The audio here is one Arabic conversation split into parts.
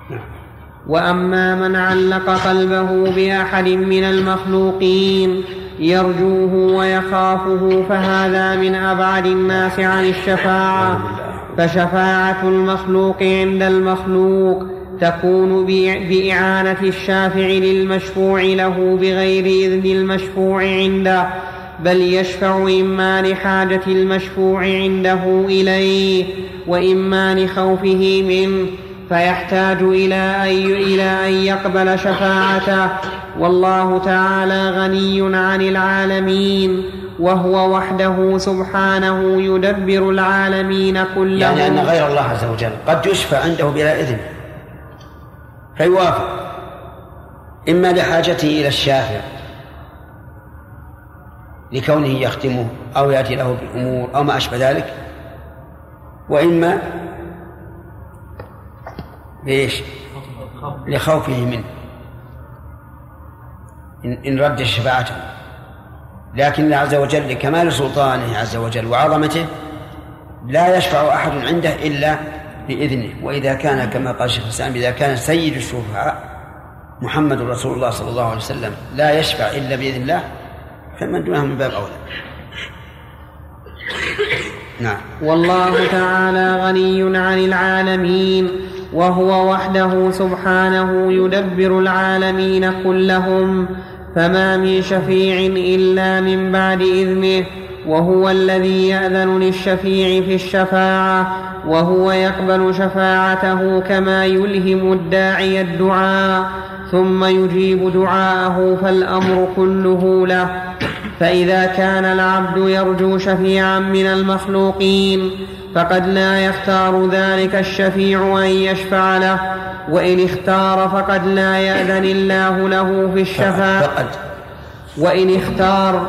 وأما من علق قلبه بأحد من المخلوقين يرجوه ويخافه فهذا من أبعد الناس عن الشفاعة. فشفاعة المخلوق عند المخلوق تكون بإعانة الشافع للمشفوع له بغير إذن المشفوع عنده، بل يشفع إما لحاجة المشفوع عنده إليه وإما لخوفه منه، فيحتاج إلى أن يقبل شفاعته. والله تعالى غني عن العالمين، وهو وحده سبحانه يدبر العالمين كلهم. يعني أن غير الله عز وجل قد يشفع عنده بلا إذن فيوافق، إما لحاجته إلى الشافع لكونه يختمه أو يأتي له بأمور أو ما أشبه ذلك، وإما لخوفه منه إن رد شفاعته. لكن الله عز وجل لكمال سلطانه عز وجل وعظمته لا يشفع أحد عنده إلا بإذنه. وإذا كان كما قال الشيخ الإسلام إذا كان سيد الشفعاء محمد رسول الله صلى الله عليه وسلم لا يشفع إلا بإذن الله، فمن دونه من باب أولى. نعم. والله تعالى غني عن العالمين، وهو وحده سبحانه يدبر العالمين كلهم، فما من شفيع إلا من بعد إذنه، وهو الذي يأذن للشفيع في الشفاعة، وهو يقبل شفاعته كما يلهم الداعي الدعاء ثم يجيب دعاءه، فالأمر كله له. فإذا كان العبد يرجو شفيعا من المخلوقين فقد لا يختار ذلك الشفيع أن يشفع له، وإن اختار فقد لا يأذن الله له في الشفاعة، وإن اختار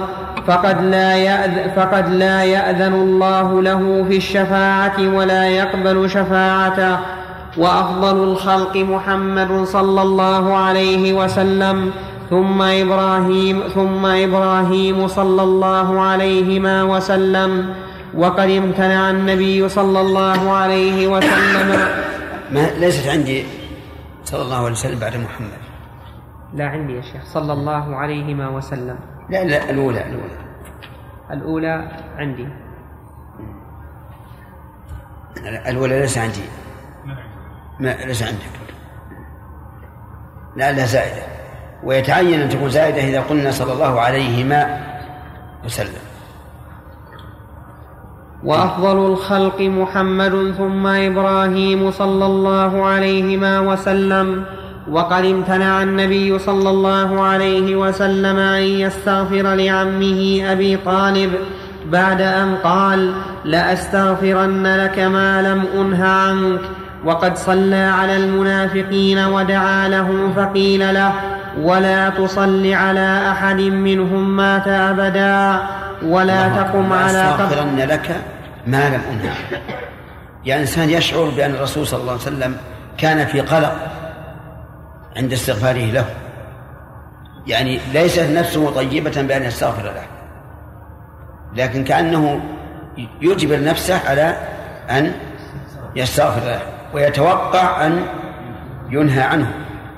فقد لا يأذن الله له في الشفاعة ولا يقبل شفاعته. وأفضل الخلق محمد صلى الله عليه وسلم ثم إبراهيم صلى الله عليهما وسلم. وقد امتنع النبي صلى الله عليه وسلم. ليست عندي صلى الله عليه وسلم بعد محمد. لا عندي يا شيخ صلى الله عليهما وسلم. لا الأولى عندي. الأولى ليس عندي. ليس عندك. لا زائدة، ويتعين أن تكون زائدة إذا قلنا صلى الله عليهما وسلم. وأفضل الخلق محمد ثم إبراهيم صلى الله عليهما وسلم. وقد امتنع النبي صلى الله عليه وسلم أن يستغفر لعمه أبي طالب بعد أن قال لأستغفرن لك ما لم أنه عنك. وقد صلى على المنافقين ودعا لهم فقيل له ولا تصل على أحد منهم مات أبدا ولا تقم على أستغفرن لك ما لم أنه عنك. يعني إنسان يشعر بأن الرسول صلى الله عليه وسلم كان في قلق عند استغفاره له، يعني ليست نفسه طيبة بأن يستغفر له، لكن كأنه يجبر نفسه على أن يستغفر له ويتوقع أن ينهى عنه،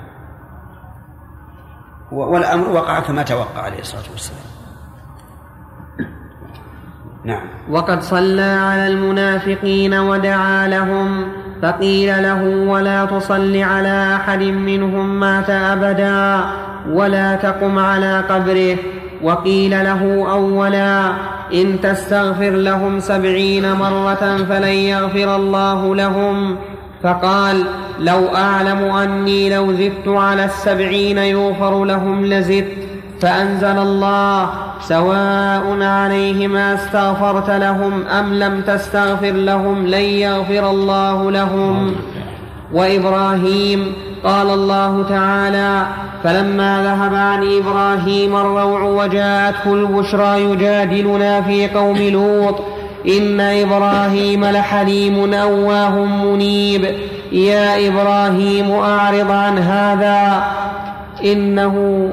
والأمر وقع كما توقع عليه الصلاة والسلام. نعم. وقد صلى على المنافقين ودعا لهم فقيل له ولا تصل على أحد منهم مات أبدا ولا تقم على قبره. وقيل له أولا إن تستغفر لهم 70 مرة فلن يغفر الله لهم. فقال لو أعلم أني لو زدت على 70 يغفر لهم لزدت. فأنزل الله سواء عليهم استغفرت لهم أم لم تستغفر لهم لن يغفر الله لهم. وإبراهيم قال الله تعالى فلما ذهب عن إبراهيم الروع وجاءته البشرى يجادلنا في قوم لوط إن إبراهيم لحليم أواه منيب يا إبراهيم أعرض عن هذا إنه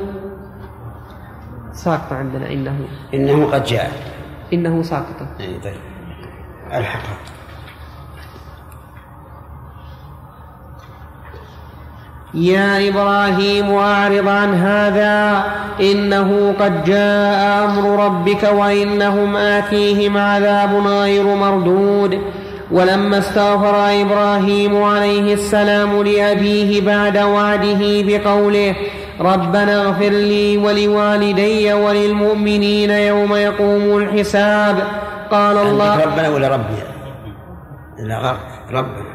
ساقط عندنا إنه قد جاء إنه ساقط. طيب الحقها. يا إبراهيم أعرض عن هذا إنه قد جاء أمر ربك وإنهم آتيهم عذاب غير مردود. ولما استغفر إبراهيم عليه السلام لأبيه بعد وعده بقوله ربنا اغفر لي ولوالدي وللمؤمنين يوم يقوم الحساب قال الله ربنا ولا ربي؟ لا ربنا،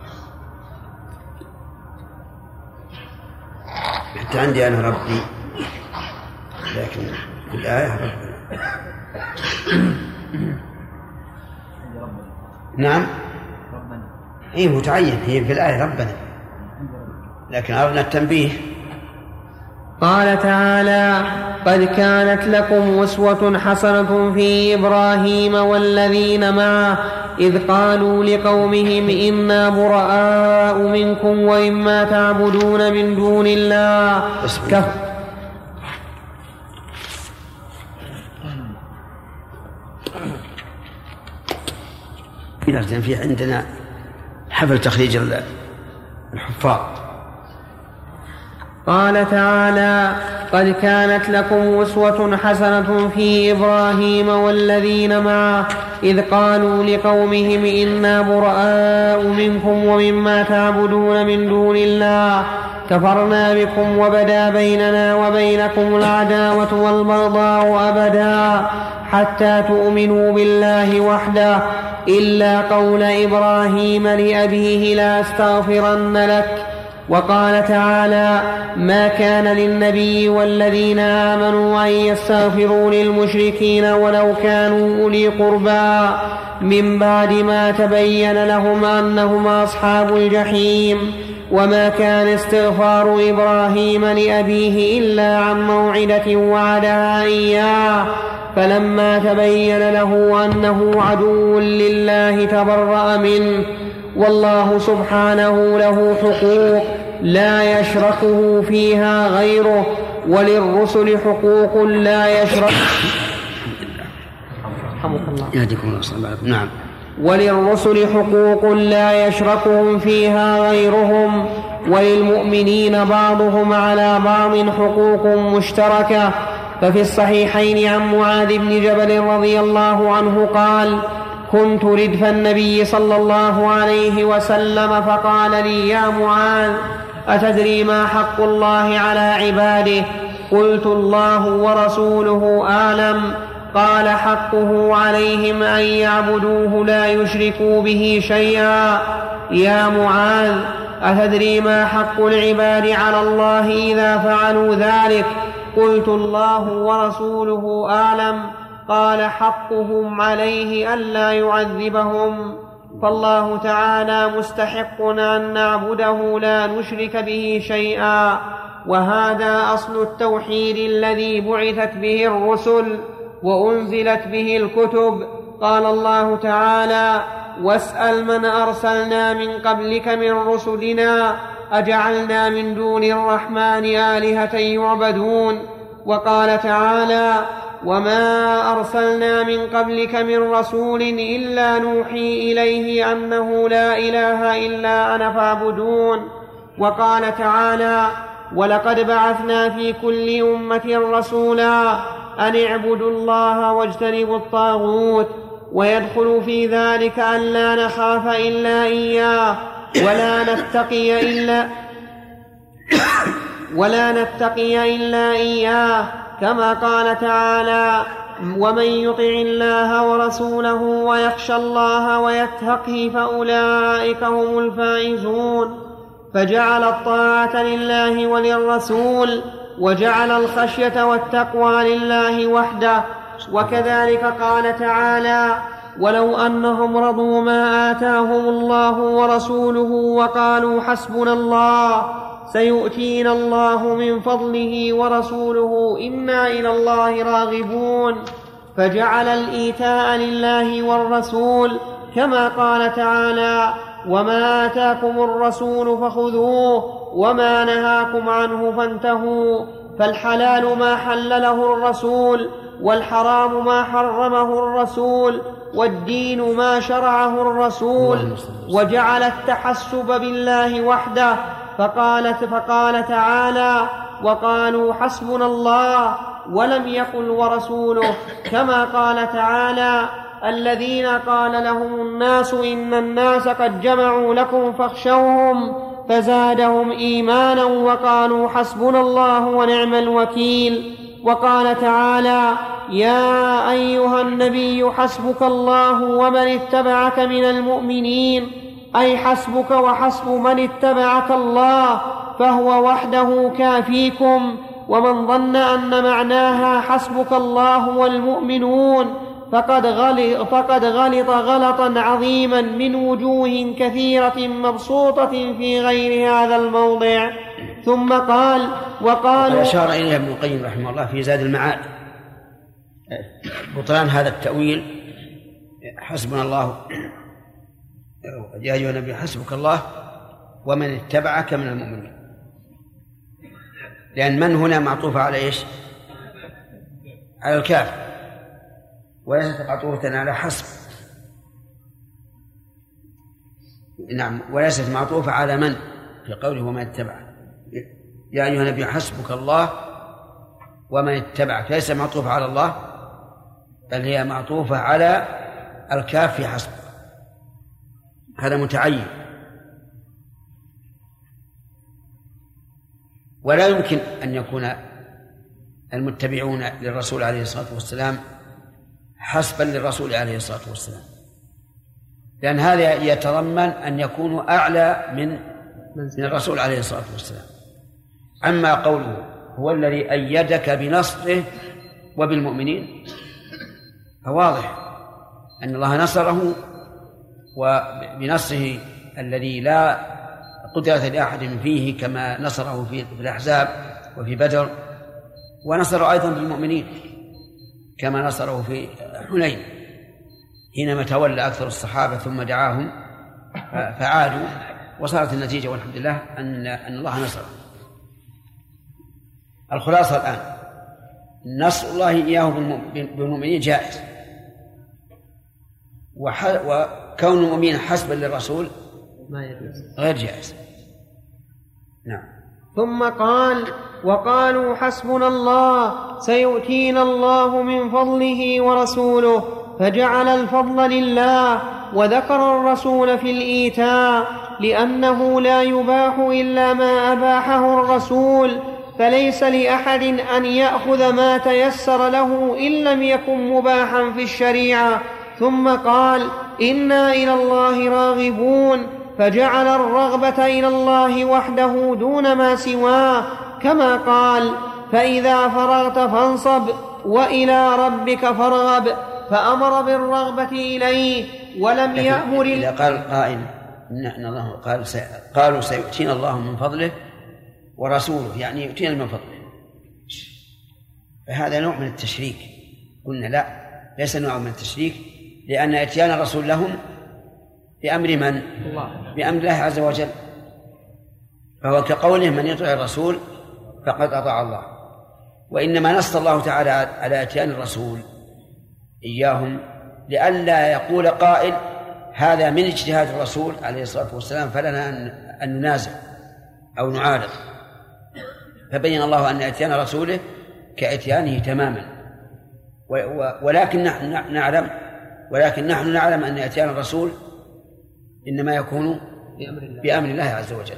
حتى عندي أنا ربي، لكن في الآية ربنا. نعم إيه متعين، هي في الآية ربنا، لكن أردنا التنبيه. قال تعالى قد كانت لكم أسوة حسنة في إبراهيم والذين معه إذ قالوا لقومهم إنا براء منكم وإما تعبدون من دون الله في عندنا حفل تخريج الحفاظ. قال تعالى قد كانت لكم أسوة حسنة في إبراهيم والذين معه إذ قالوا لقومهم إنا براء منكم ومما تعبدون من دون الله كفرنا بكم وبدا بيننا وبينكم العداوة والبغضاء أبدا حتى تؤمنوا بالله وحده إلا قول إبراهيم لأبيه لا أستغفرن لك. وقال تعالى ما كان للنبي والذين آمنوا أن يستغفروا للمشركين ولو كانوا أولي قربى من بعد ما تبين لهم أنهم أصحاب الجحيم. وما كان استغفار إبراهيم لأبيه إلا عن موعدة وعدها إياه فلما تبين له أنه عدو لله تبرأ منه. والله سبحانه له حقوق لا يشركه فيها غيره وللرسل حقوق لا يشرك نعم وللرسل حقوق لا يشركهم فيها غيرهم وللمؤمنين بعضهم على بعض حقوق مشتركة. ففي الصحيحين عن معاذ بن جبل رضي الله عنه قال كنت ردف النبي صلى الله عليه وسلم فقال لي يا معاذ أتدري ما حق الله على عباده؟ قلت الله ورسوله أعلم. قال حقه عليهم أن يعبدوه لا يشركوا به شيئا. يا معاذ أتدري ما حق العباد على الله إذا فعلوا ذلك؟ قلت الله ورسوله أعلم. قال حقهم عليه ألا يعذبهم. فالله تعالى مستحق أن نعبده لا نشرك به شيئا وهذا أصل التوحيد الذي بعثت به الرسل وأنزلت به الكتب. قال الله تعالى واسأل من أرسلنا من قبلك من رسلنا أجعلنا من دون الرحمن آلهة يعبدون. وقال تعالى وما أرسلنا من قبلك من رسول إلا نوحي إليه أنه لا إله إلا أنا فاعبدون. وقال تعالى ولقد بعثنا في كل أمة رسولا أن اعبدوا الله واجتنبوا الطاغوت. ويدخل في ذلك أن لا نخاف إلا إياه ولا نتقي إلا إياه كما قال تعالى ومن يطع الله ورسوله ويخشى الله ويتقه فأولئك هم الفائزون. فجعل الطاعة لله وللرسول وجعل الخشية والتقوى لله وحده. وكذلك قال تعالى ولو أنهم رضوا ما آتاهم الله ورسوله وقالوا حسبنا الله سيؤتينا الله من فضله ورسوله إنا إلى الله راغبون. فجعل الإيتاء لله والرسول كما قال تعالى وما آتاكم الرسول فخذوه وما نهاكم عنه فانتهوا. فالحلال ما حلله الرسول والحرام ما حرمه الرسول والدين ما شرعه الرسول. وجعل التحسب بالله وحده فقال تعالى: وقالوا حسبنا الله، ولم يقل ورسوله، كما قال تعالى: الذين قال لهم الناس إن الناس قد جمعوا لكم فاخشوهم فزادهم إيمانا وقالوا حسبنا الله ونعم الوكيل. وقال تعالى: يا أيها النبي حسبك الله ومن اتبعك من المؤمنين، أي حسبك وحسب من اتبعك الله، فهو وحده كافيكم. ومن ظن أن معناها حسبك الله والمؤمنون فقد غلط غلطا عظيما من وجوه كثيرة مبسوطة في غير هذا الموضع. ثم قال: وقالوا، أشار إليه ابن القيم رحمه الله في زاد المعاد بطلان هذا التأويل: حسبنا الله، يا أيها النبي حسبك الله ومن اتبعك من المؤمنين، لأن من هنا معطوفة على إيش؟ على الكاف، وليست معطوفة على حسب. نعم، وليست معطوفة على من في قوله ومن اتبعك. يا أيها النبي حسبك الله ومن اتبعك، ليس معطوفة على الله، بل هي معطوفة على الكاف في حسب. هذا متعين. ولا يمكن أن يكون المتبعون للرسول عليه الصلاة والسلام حسبا للرسول عليه الصلاة والسلام، لأن هذا يتضمن أن يكونوا أعلى من الرسول عليه الصلاة والسلام. أما قوله هو الذي أيدك بنصره وبالمؤمنين، فواضح أن الله نصره، وبنصره الذي لا قدرة لأحد فيه، كما نصره في الأحزاب وفي بدر، ونصر أيضا بالمؤمنين كما نصره في حنين حينما تولى أكثر الصحابة ثم دعاهم فعادوا، وصارت النتيجة والحمد لله أن الله نصره. الخلاصة الآن: نصر الله إياه بالمؤمنين جائز، وكون المؤمنين حسبا للرسول غير جائز. نعم. ثم قال: وقالوا حسبنا الله سيؤتينا الله من فضله ورسوله، فجعل الفضل لله وذكر الرسول في الإيتاء، لأنه لا يباح إلا ما أباحه الرسول، فليس لأحد أن يأخذ ما تيسر له إن لم يكن مباحا في الشريعة. ثم قال: إنا إلى الله راغبون، فجعل الرغبة إلى الله وحده دون ما سواه، كما قال: فإذا فرغت فانصب وإلى ربك فارغب، فأمر بالرغبة إليه ولم يأمر. إذا قال قائل إن الله قالوا سيؤتينا الله من فضله ورسوله، يعني يؤتينا من فضله، فهذا نوع من التشريك. قلنا لا، ليس نوع من التشريك، لأن إتيان الرسول لهم بأمر من؟ بأمر الله عز وجل، فهو كقوله: من يطع الرسول فقد أطاع الله. وإنما نص الله تعالى على إتيان الرسول إياهم لئلا يقول قائل هذا من اجتهاد الرسول عليه الصلاة والسلام فلنا أن ننازع أو نعارض، فبين الله أن إتيان رسوله كإتيانه تماما. ولكن نحن نعلم أن إتيان الرسول إنما يكون بأمر الله عز وجل.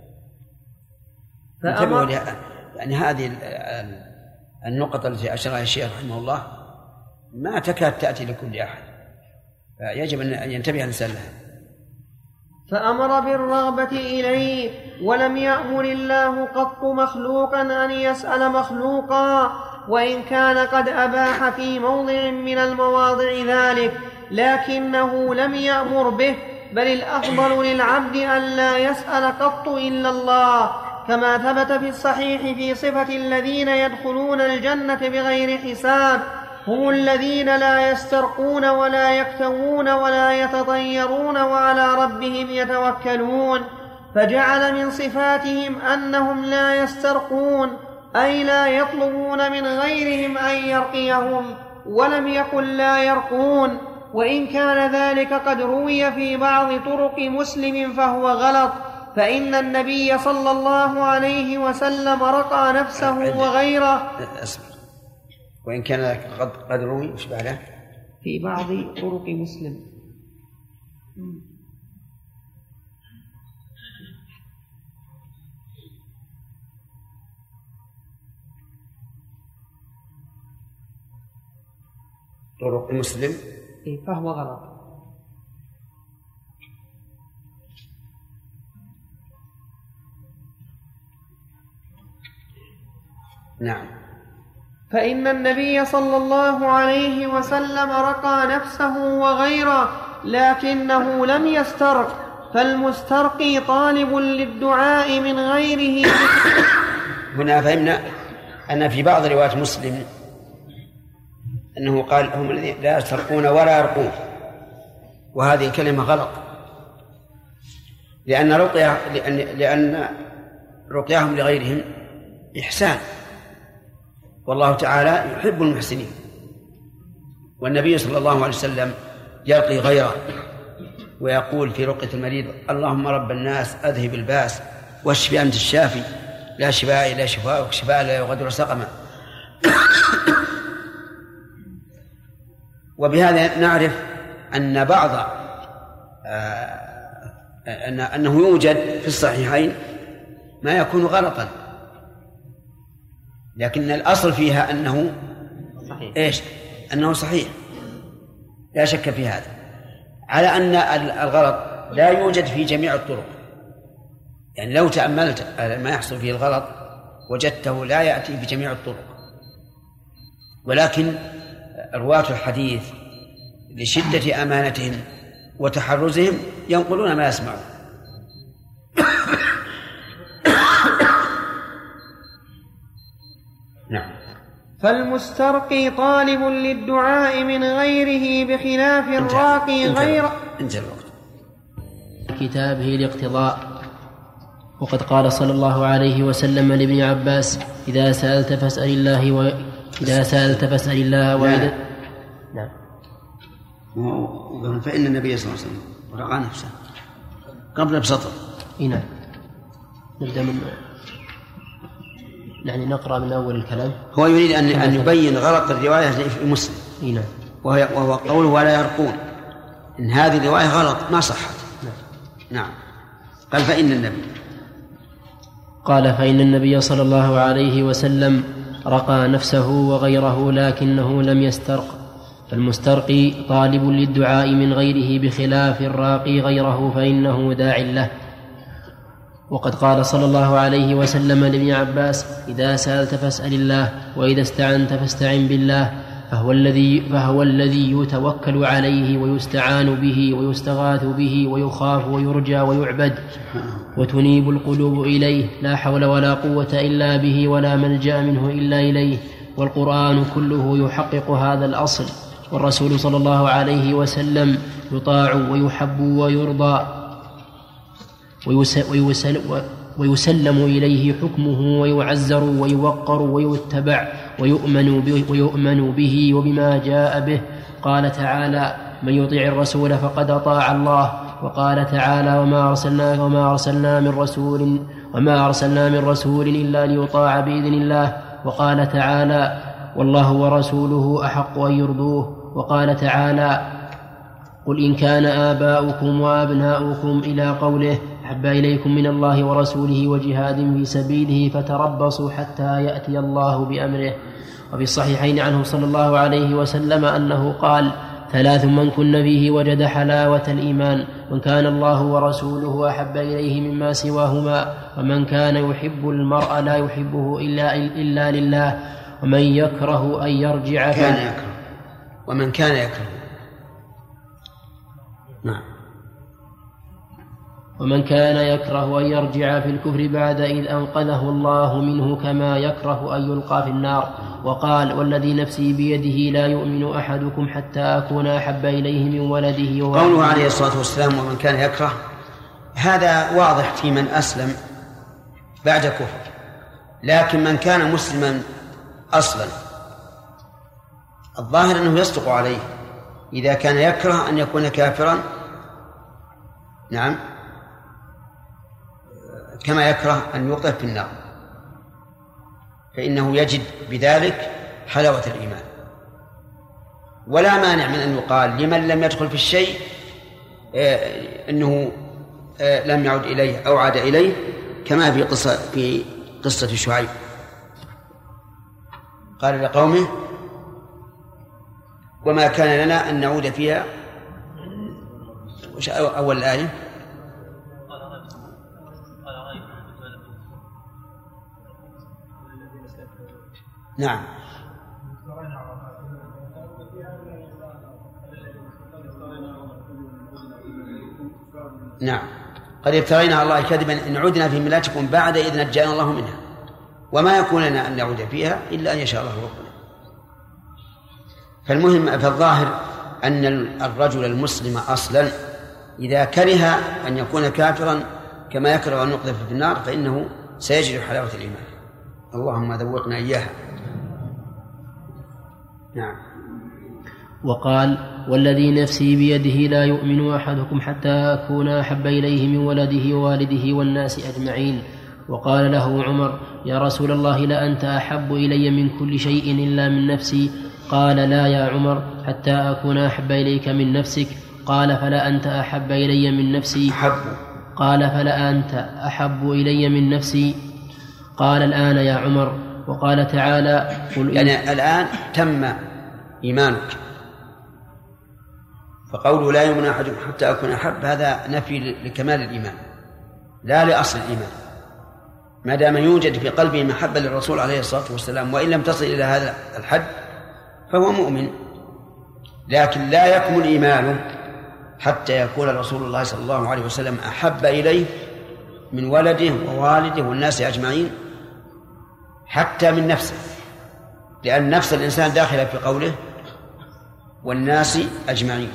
يعني هذه النقطة التي أشرها الشيخ رحمه الله ما تكاد تأتي لكل أحد، فيجب أن ينتبه الإنسان لها. فأمر بالرغبة إليه، ولم يأمر الله قط مخلوقا أن يسأل مخلوقا، وإن كان قد أباح في موضع من المواضع ذلك، لكنه لم يأمر به، بل الأفضل للعبد أن لا يسأل قط إلا الله، كما ثبت في الصحيح في صفة الذين يدخلون الجنة بغير حساب: هم الذين لا يسترقون ولا يكتوون ولا يتطيرون وعلى ربهم يتوكلون. فجعل من صفاتهم أنهم لا يسترقون، أي لا يطلبون من غيرهم أن يرقيهم، ولم يقل لا يرقون، وإن كان ذلك قد روي في بعض طرق مسلم فهو غلط، فإن النبي صلى الله عليه وسلم رقى نفسه وغيره. وإن كان قد روي وش بعده في بعض طرق مسلم. طرق مسلم فهو غلط. نعم. فإن النبي صلى الله عليه وسلم رقى نفسه وغيره لكنه لم يسترق، فالمسترقي طالب للدعاء من غيره. هنا فهمنا أن في بعض روايات مسلم أنه قال هم الذين لا يسترقون ولا يرقون، وهذه الكلمة غلط، لأن رقياهم لغيرهم إحسان، والله تعالى يحب المحسنين، والنبي صلى الله عليه وسلم يرقي غيره ويقول في رقية المريض: اللهم رب الناس أذهب الباس واشف أنت الشافي لا شفاء إلا شفاءك شفاء لا يغادر سقما. وبهذا نعرف أن بعض أنه يوجد في الصحيحين ما يكون غلطا، لكن الأصل فيها أنه صحيح. إيش؟ أنه صحيح، لا شك في هذا، على أن الغلط لا يوجد في جميع الطرق. يعني لو تأملت ما يحصل فيه الغلط وجدته لا يأتي في جميع الطرق، ولكن رواة الحديث لشدة أمانتهم وتحرزهم ينقلون ما يسمعون. نعم. فالمسترقي طالب للدعاء من غيره بخلاف الراقي غيره. انتهى الوقت. كتابه الاقتضاء. وقد قال صلى الله عليه وسلم لابن عباس: إذا سألت فاسأل الله إذا سألت فاسأل الله وإذا نعم. فإن النبي صلى الله عليه وسلم رقى نفسه قبل بسطر. نعم. نبدأ من يعني نقرأ من أول الكلام. هو يريد أن يبين غلط الرواية في مسلم. نعم. وهو قوله ولا يرقون، إن هذه الرواية غلط ما صحت. نعم. قال فإن النبي فإن النبي صلى الله عليه وسلم رقى نفسه وغيره لكنه لم يسترق، فالمسترقي طالب للدعاء من غيره بخلاف الراقي غيره فإنه داع له. وقد قال صلى الله عليه وسلم لابن عباس: إذا سألت فاسأل الله وإذا استعنت فاستعن بالله، فهو الذي يتوكل عليه ويستعان به ويستغاث به ويخاف ويرجى ويعبد، وتنيب القلوب إليه، لا حول ولا قوة إلا به ولا ملجأ منه إلا إليه. والقرآن كله يحقق هذا الأصل، والرسول صلى الله عليه وسلم يطاع ويحب ويرضى ويسلم إليه حكمه ويعزر ويوقر ويتبع ويؤمن به وبما جاء به. قال تعالى: من يطيع الرسول فقد أطاع الله. وقال تعالى: وما أرسلنا من رسول إلا ليطاع بإذن الله. وقال تعالى: والله ورسوله أحق أن يرضوه. وقال تعالى: قل إن كان آباؤكم وأبناؤكم إلى قوله: أحب إليكم من الله ورسوله وجهاد في سبيله فتربصوا حتى يأتي الله بأمره. وفي الصحيحين عنه صلى الله عليه وسلم أنه قال: 3 من كن فيه وجد حلاوة الإيمان: من كان الله ورسوله أحب إليه مما سواهما، ومن كان يحب المرء لا يحبه إلا لله، ومن يكره أن يرجع ومن كان يكره. نعم. ومن كان يكره أن يرجع في الكفر بعد إذ أنقذه الله منه كما يكره أن يلقى في النار. وقال: والذي نفسي بيده لا يؤمن أحدكم حتى أكون أحب إليه من ولده قوله عليه الصلاة والسلام: ومن كان يكره، هذا واضح في من أسلم بعد كفر، لكن من كان مسلما أصلا الظاهر أنه يصدق عليه إذا كان يكره أن يكون كافرا. نعم. كما يكره أن يقذف في النار، فإنه يجد بذلك حلاوة الإيمان. ولا مانع من أن يقال لمن لم يدخل في الشيء أنه لم يعد إليه أو عاد إليه، كما في قصة شعيب قال لقومه وما كان لنا أن نعود فيها. أول الآية نعم نعم قد افترينا على الله كذبا إن عدنا في ملتكم بعد إذ نجانا الله منها وما يكون لنا أن نعود فيها إلا أن يشاء الله ربنا. فالمهم فالظاهر أن الرجل المسلم أصلا إذا كره أن يكون كافرا كما يكره أن يقذف في النار فإنه سيجد حلاوة الإيمان. اللهم ذوقنا إياها. نعم. وقال والذي نفسي بيده لا يؤمن أحدكم حتى أكون أحب إليه من ولده ووالده والناس أجمعين. وقال له عمر يا رسول الله لأنت أحب إلي من كل شيء إلا من نفسي. قال لا يا عمر حتى أكون أحب إليك من نفسك. قال فلا أنت أحب إلي من نفسي. قال فلا أنت أحب إلي من نفسي. قال الآن يا عمر. وقال تعالى يعني الآن تم إيمانك. فقوله لا يؤمن أحدكم حتى أكون أحب هذا نفي لكمال الإيمان لا لأصل الإيمان. ما دام يوجد في قلبه محبة للرسول عليه الصلاة والسلام وإن لم تصل إلى هذا الحد فهو مؤمن، لكن لا يكمل إيمانه حتى يكون رسول الله صلى الله عليه وسلم أحب إليه من ولده ووالده والناس أجمعين حتى من نفسه، لأن نفس الإنسان داخلة في قوله والناس أجمعين.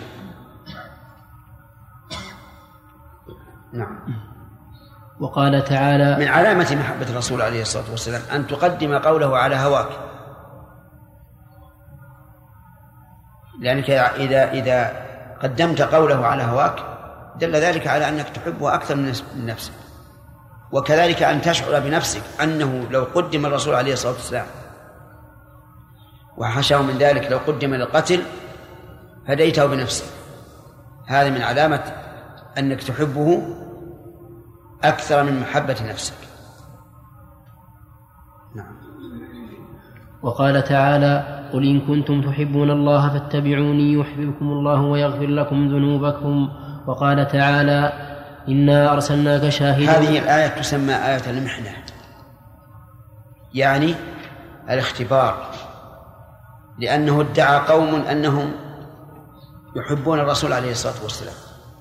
نعم. وقال تعالى من علامة محبة الرسول عليه الصلاة والسلام أن تقدم قوله على هواك، لأنك إذا قدمت قوله على هواك دل ذلك على أنك تحبه أكثر من نفسك. وكذلك أن تشعر بنفسك أنه لو قدم الرسول عليه الصلاة والسلام وحشاه من ذلك لو قدم للقتل هديته بنفسك، هذا من علامة أنك تحبه أكثر من محبة نفسك. نعم. وقال تعالى قل إن كنتم تحبون الله فاتبعوني يحببكم الله ويغفر لكم ذنوبكم. وقال تعالى إنا أرسلناك شاهدا. هذه الآية تسمى آية المحنة، يعني الاختبار، لأنه ادعى قوم أنهم يحبون الرسول عليه الصلاة والسلام،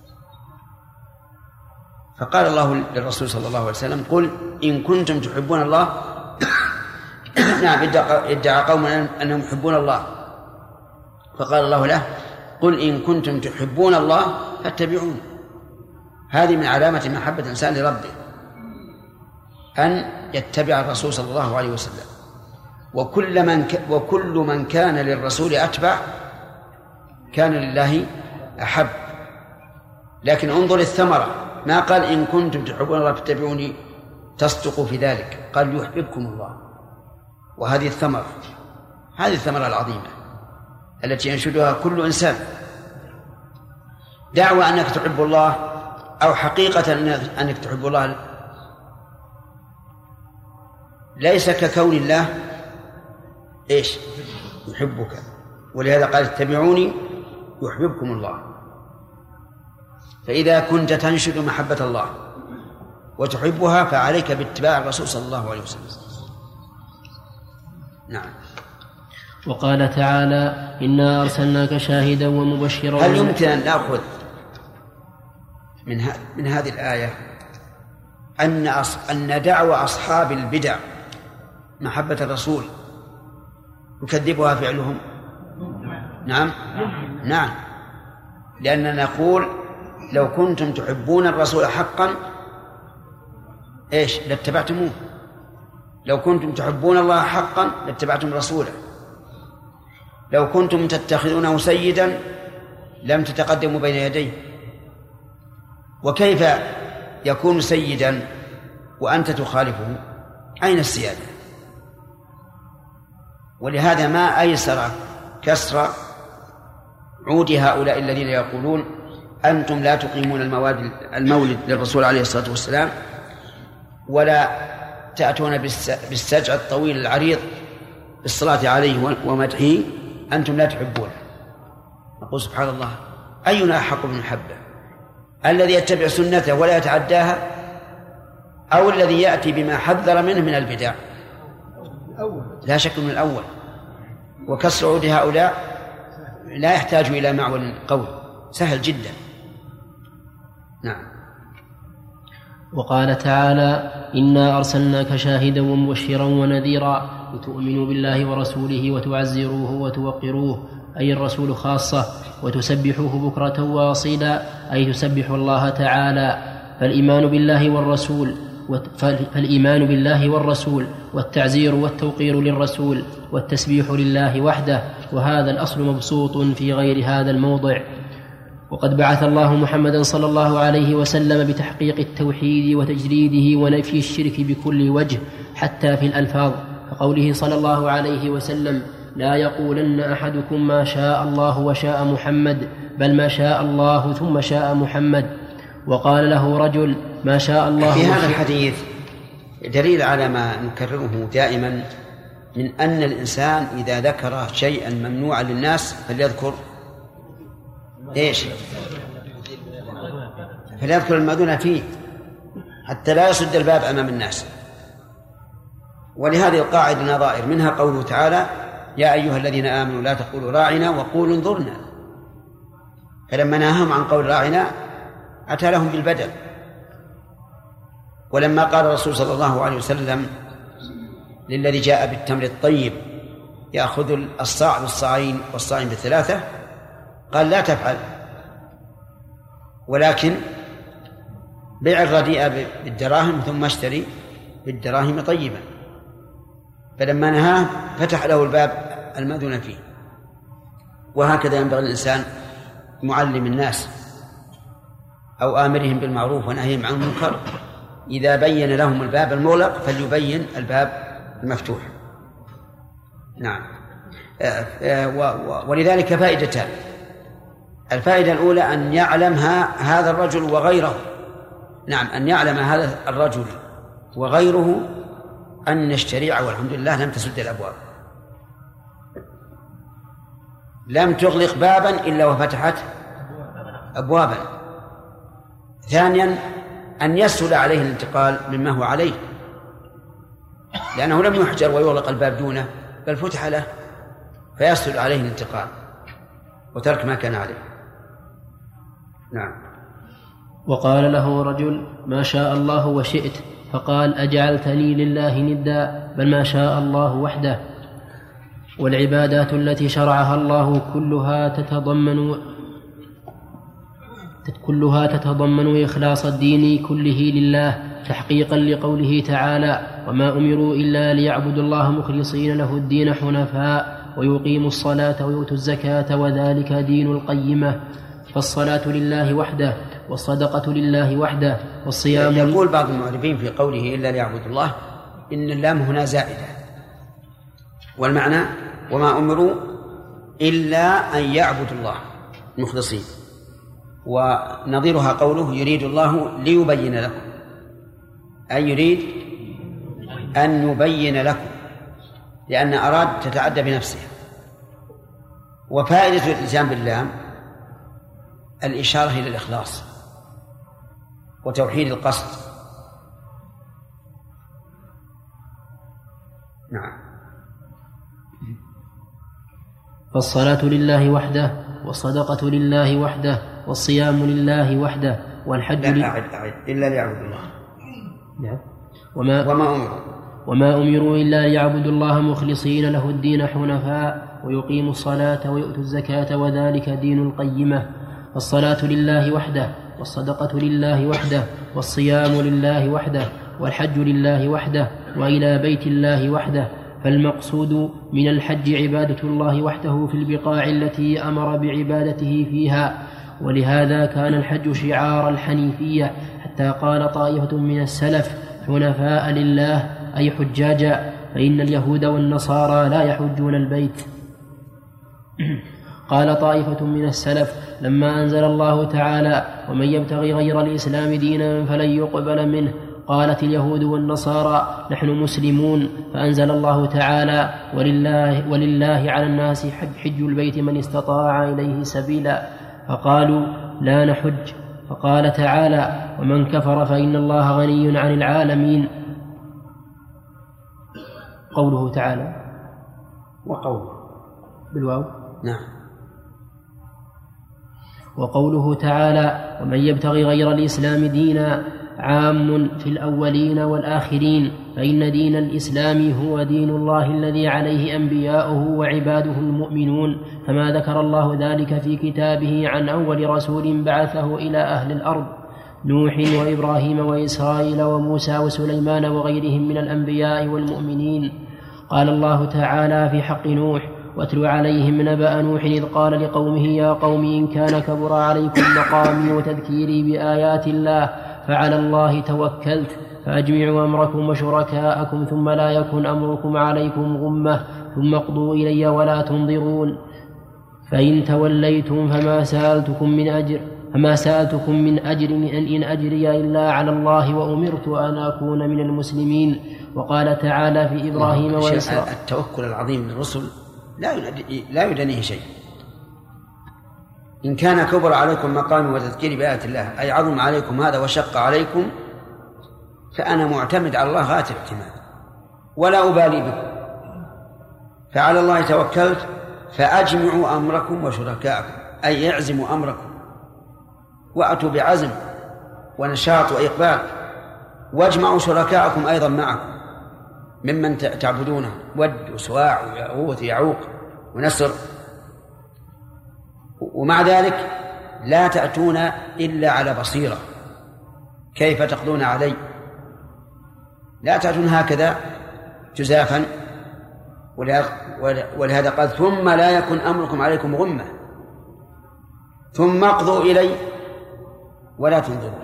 فقال الله للرسول صلى الله عليه وسلم قل إن كنتم تحبون الله. نعم، ادعى قوم أنهم يحبون الله، فقال الله له قل إن كنتم تحبون الله فاتبعوني. هذه من علامة محبة الإنسان لربه أن يتبع الرسول صلى الله عليه وسلم. وكل من كان للرسول أتبع كان لله أحب. لكن انظر الثمرة، ما قال إن كنتم تحبون الله فاتبعوني تصدقوا في ذلك، قال يحببكم الله. وهذه الثمرة، هذه الثمرة العظيمة التي ينشدها كل إنسان. دعوة أنك تحب الله أو حقيقة أنك تحب الله ليس ككون الله إيش يحبك، ولهذا قال اتبعوني يحببكم الله. فإذا كنت تنشد محبة الله وتحبها فعليك باتباع الرسول صلى الله عليه وسلم. نعم. وقال تعالى إنا أرسلناك شاهدا ومبشرا. هل يمكن أن نأخذ من هذه الآية أن دعوة أصحاب البدع محبة الرسول يكذبها فعلهم؟ نعم نعم، لأننا نقول لو كنتم تحبون الرسول حقا إيش لاتبعتموه، لو كنتم تحبون الله حقا لاتبعتم رسوله، لو كنتم تتخذونه سيدا لم تتقدموا بين يديه. وكيف يكون سيدا وأنت تخالفه، أين السيادة؟ ولهذا ما أيسر كسر عود هؤلاء الذين يقولون أنتم لا تقيمون المولد للرسول عليه الصلاة والسلام ولا تأتون بالسجع الطويل العريض بالصلاة عليه ومدحه، أنتم لا تحبونه. نقول سبحان الله، أينا أحق بالمحبة؟ الذي يتبع سنته ولا يتعداها، أو الذي يأتي بما حذر منه من البدع؟ لا شك من الأول. وكسر عود هؤلاء لا يحتاج إلى معول قوي، سهل جدا. نعم. وقال تعالى: إنا أرسلناك شاهدا ومبشرا ونذيرا لتؤمنوا بالله ورسوله وتعزروه وتوقروه، أي الرسول خاصة، وتسبحوه بكرة واصيلا، أي تسبحوا الله تعالى. فالإيمان بالله والرسول والتعزير والتوقير للرسول والتسبيح لله وحده، وهذا الأصل مبسوط في غير هذا الموضع. وقد بعث الله محمدا صلى الله عليه وسلم بتحقيق التوحيد وتجريده ونفي الشرك بكل وجه حتى في الألفاظ، كقوله صلى الله عليه وسلم: لا يقولن أحدكم ما شاء الله وشاء محمد، بل ما شاء الله ثم شاء محمد. وقال له رجل: ما شاء الله. في هذا الحديث دليل على ما نكرره دائما من أن الإنسان إذا ذكر شيئا ممنوعا للناس فليذكر إيش؟ فليذكر المأذون فيه حتى لا يسد الباب أمام الناس. ولهذه القاعدة نظائر، منها قوله تعالى: يا أيها الذين آمنوا لا تقولوا راعنا وقولوا انظرنا. فلما نهاهم عن قول راعنا أتى لهم بالبدل. ولما قال الرسول صلى الله عليه وسلم للذي جاء بالتمر الطيب يأخذ الصاع بالصاعين والصاعين بالثلاثة، قال: لا تفعل، ولكن بيع الرديء بالدراهم ثم اشتري بالدراهم طيبا. فلما نهاه فتح له الباب المأذون فيه. وهكذا ينبغي الإنسان معلم الناس أو آمرهم بالمعروف ونهيهم عن المنكر، إذا بين لهم الباب المغلق فليبين الباب المفتوح. نعم. ولذلك فائدتان: الفائدة الأولى أن يعلمها هذا الرجل وغيره، نعم، أن يعلم هذا الرجل وغيره أن الشريعة والحمد لله لم تسد الأبواب، لم تغلق بابا إلا وفتحت أبوابا. ثانيا أن يسهل عليه الانتقال مما هو عليه، لأنه لم يحجر ويغلق الباب دونه، بل فتح له، فيسهل عليه الانتقال وترك ما كان عليه. نعم. وقال له رجل: ما شاء الله وشئت، فقال: أجعلتني لله ندا، بل ما شاء الله وحده. والعبادات التي شرعها الله كلها تتضمن إخلاص الدين كله لله، تحقيقا لقوله تعالى: وما أمروا إلا ليعبدوا الله مخلصين له الدين حنفاء ويقيموا الصلاة ويؤتوا الزكاة وذلك دين القيمة. فالصلاة لله وحده، والصدقة لله وحده، والصيام. يقول بعض المعربين في قوله إلا ليعبدوا الله إن اللام هنا زائدة، والمعنى وما أمروا إلا أن يعبدوا الله مخلصين. ونظيرها قوله يريد الله ليبين لكم، أي يريد أن يبين لكم، لأن أراد تتعدى بنفسه. وفائدة الإلزام باللام الإشارة إلى الإخلاص وتوحيد القصد. نعم. فالصلاة لله وحده، والصدقة لله وحده، والصيام لله وحده، والحج أعد إلا ليعبدوا الله. نعم. وما أمروا إلا ليعبدوا الله مخلصين له الدين حنفاء ويقيموا الصلاة ويؤتوا الزكاة وذلك دين القيمة. الصلاة لله وحده، والصدقة لله وحده، والصيام لله وحده، والحج لله وحده، وإلى بيت الله وحده. فالمقصود من الحج عبادة الله وحده في البقاع التي أمر بعبادته فيها. ولهذا كان الحج شعار الحنيفية، حتى قال طائفة من السلف: حنفاء لله أي حجاجا، فإن اليهود والنصارى لا يحجون البيت. قال طائفة من السلف لما أنزل الله تعالى ومن يبتغي غير الإسلام دينا فلن يقبل منه، قالت اليهود والنصارى نحن مسلمون، فأنزل الله تعالى ولله على الناس حج البيت من استطاع إليه سبيلا، فقالوا لا نحج. فقال تعالى ومن كفر فإن الله غني عن العالمين. قوله تعالى وقوله بالواو نعم. وقوله تعالى ومن يبتغي غير الإسلام دينا عام في الأولين والآخرين، فإن دين الإسلام هو دين الله الذي عليه أنبياؤه وعباده المؤمنون، كما ذكر الله ذلك في كتابه عن أول رسول بعثه إلى أهل الأرض نوح وإبراهيم وإسرائيل وموسى وسليمان وغيرهم من الأنبياء والمؤمنين. قال الله تعالى في حق نوح واتل عليهم نبأ نوح إذ قال لقومه يا قوم إن كان كبر عليكم مقامي وتذكيري بآيات الله فعلى الله توكلت فأجمعوا أمركم وشركاءكم ثم لا يكن أمركم عليكم غمة ثم اقضوا إلي ولا تنظرون، فإن توليتم فما سألتكم من أجر إن أجري إلا على الله وأمرت أن أكون من المسلمين. وقال تعالى في إبراهيم وإسرائيل التوكل العظيم للرسل لا يدنيه شيء. إن كان كبر عليكم مقامي وتذكيري بآيات الله أي عظم عليكم هذا وشق عليكم فأنا معتمد على الله غاية الاعتماد ولا أبالي بكم، فعلى الله توكلت فأجمعوا أمركم وشركاءكم أي اعزموا أمركم وأتوا بعزم ونشاط وإقبال، واجمعوا شركاءكم أيضا معكم ممن تعبدونه ود وسواع ويغوث ويعوق ونسر، ومع ذلك لا تأتون إلا على بصيرة. كيف تقضون علي؟ لا تأتون هكذا جزافا، ولهذا قال ثم لا يكن أمركم عليكم غمة ثم اقضوا إلي ولا تنظرون.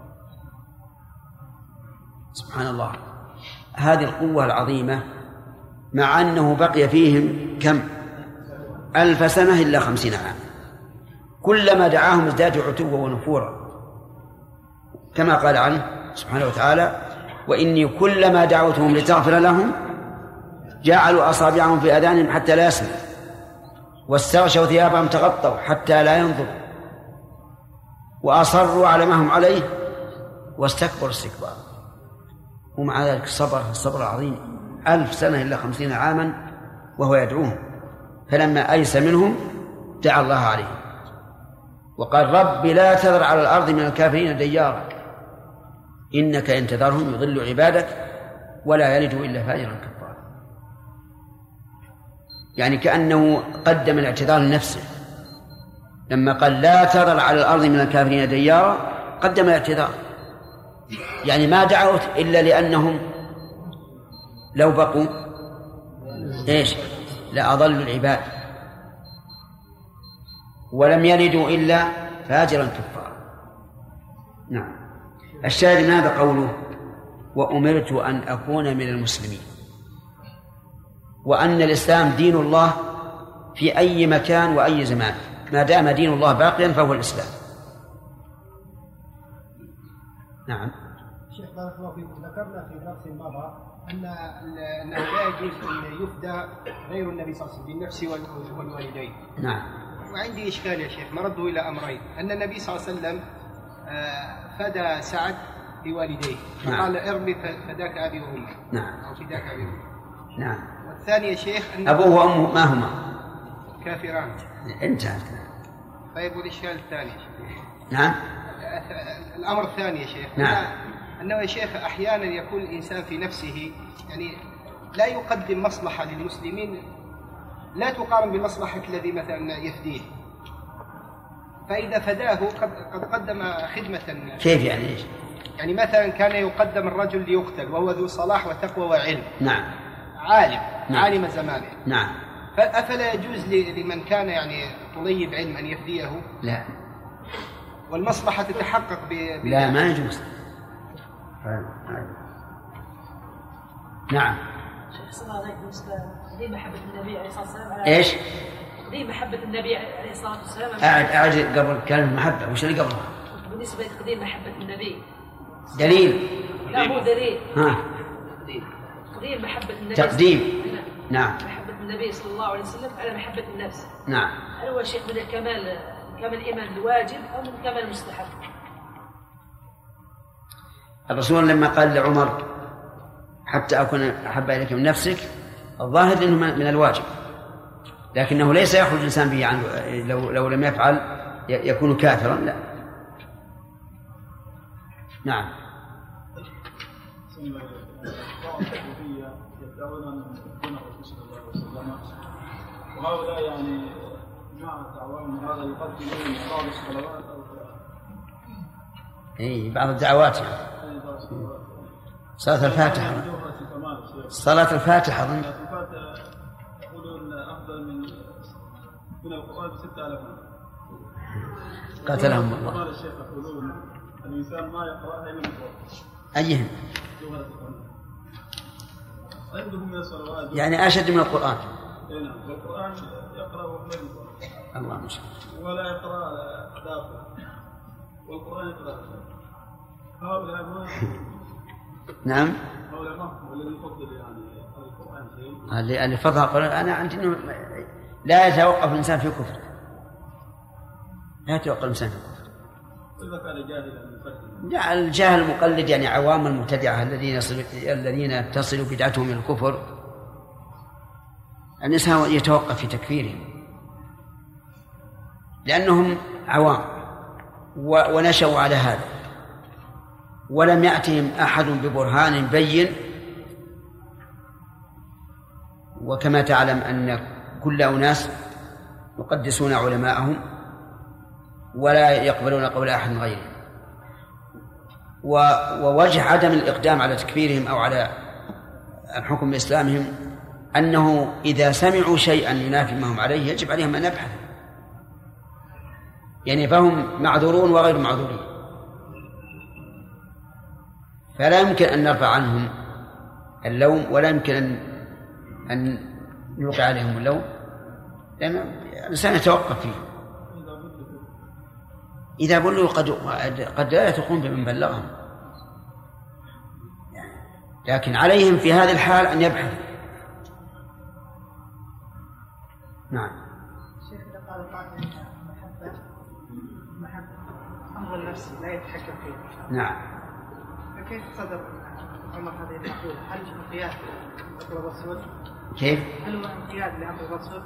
سبحان الله، هذه القوة العظيمة مع أنه بقي فيهم كم 1000 سنة إلا 50 عام، كلما دعاهم ازدادوا عتوا ونفورا، كما قال عنه سبحانه وتعالى وإني كلما دعوتهم لتغفر لهم جعلوا أصابعهم في آذانهم حتى لا يسمعوا واستغشوا ثيابهم تغطوا حتى لا ينظروا وأصروا على ما هم عليه واستكبروا استكبارا، ومع ذلك الصبر العظيم 1000 سنة إلا 50 عاما وهو يدعوهم، فلما أيس منهم دعا الله عليهم وقال رب لا تذر على الأرض من الكافرين ديارا إنك إن تذرهم يضل عبادك ولا يلدوا إلا فاجرا كفارا. يعني كأنه قدم الاعتذار لنفسه لما قال لا تذر على الأرض من الكافرين ديارا، قدم الاعتذار، يعني ما دعوت إلا لأنهم لو بقوا لأضلوا العباد ولم يلدوا إلا فاجرا كفارا. نعم. الشاهد من هذا قوله وأمرت أن أكون من المسلمين، وأن الإسلام دين الله في أي مكان وأي زمان، ما دام دين الله باقيا فهو الإسلام. نعم. شيخ بارك الله فيكم، ذكرنا في درس مضى أنه لا يجوز أن يفدى غير النبي صلى الله عليه وسلم بالنفس والوالدين. نعم. وعندي إشكال يا شيخ مرده إلى أمرين، أن النبي صلى الله عليه وسلم فدى سعد بوالديه فقال ارمي فداك أبي وأمي. نعم. أو فداك أبي وأمي. نعم. والثاني يا شيخ أن أبوه وأمه ما هما؟ كافران. انتهى. طيب والإشكال الثاني؟ نعم. الأمر الثاني يا شيخ نعم. أنه يا شيخ أحيانا يكون الإنسان في نفسه يعني لا يقدم مصلحة للمسلمين لا تقارن بمصلحة الذي مثلا يفديه، فإذا فداه قد قدم خدمة. كيف يعني إيش؟ يعني مثلا كان يقدم الرجل ليقتل وهو ذو صلاح وتقوى وعلم. نعم. عالم. نعم. عالم زمانه. نعم. فأفلا يجوز لمن كان يعني طليب علم أن يفديه؟ لا. والمصلحة تتحقق لا ما يجوز. نعم. شيخ صلى الله عليه وسلم تقديم محبة النبي عليه الصلاة والسلام إيش؟ تقديم محبة النبي عليه الصلاة والسلام. أعد قبل كلمة محبة، وش اللي قبلها؟ بالنسبة لتقديم محبة النبي دليل. لا مو دليل. تقديم محبة النبي. تقديم. نعم. محبة النبي صلى الله عليه وسلم على محبة النفس. نعم. هل هو شيء من الكمال الإيمان الواجب أو من الكمال المستحب؟ الرسول لما قال لعمر حتى أكون أحب إليك من نفسك، الظاهر أنه من الواجب، لكنه ليس يخرج الإنسان به عنه. لو لم يفعل يكون كافرا، لا. نعم. وهؤلاء يعني مع دعواهم هذا يقدمون بعض الصلوات أو بعض الدعوات صلاة الفاتحة. صلاة الفاتحة يقولون أفضل من القرآن ب6000. قاتلهم الله. قال الشيخ يقولون الإنسان ما يقرأها إلا بالقرآن. أيهم؟ عندهم من الصلوات يعني أشد من القرآن. نعم. والقرآن يقرأ غير القرآن. الله مشكلة. ولا يقرأ داخل والقرآن يقرأ. هؤلاء ما. نعم. هؤلاء ما والذي يفضل يعني القرآن شيء. اللي فضل القرآن أنا عندي إنه لا يتوقف الإنسان في كفر. لا يتوقف الإنسان في كفر. إذا كان جاهلا مقلد. لا، الجاهل المقلد يعني عوام المبتدعة الذين تصل بدعتهم إلى الكفر. الإنسان يتوقف في تكفيرهم لأنهم عوام ونشأوا على هذا، ولم يأتهم أحد ببرهان بين. وكما تعلم أن كل أناس يقدسون علماءهم ولا يقبلون قول أحد غيرهم. ووجه عدم الإقدام على تكفيرهم أو على الحكم بإسلامهم أنه إذا سمعوا شيئا ينافي ما هم عليه يجب عليهم أن يبحثوا، يعني فهم معذورون وغير معذورين، فلا يمكن أن نرفع عنهم اللوم ولا يمكن أن نوقع عليهم اللوم، لأن الإنسان يتوقف فيه. إذا بلوا قد لا يثقون بمن بلغهم، لكن عليهم في هذه الحال أن يبحثوا. نعم. شيخ إذا قال قائل محبة أمر النفس لا يتحكم فيه. نعم. فكيف صدر عمر هذه المقولة؟ هل هو انقياد لأمر الرسول؟ كيف؟ هل هو انقياد لأمر الرسول؟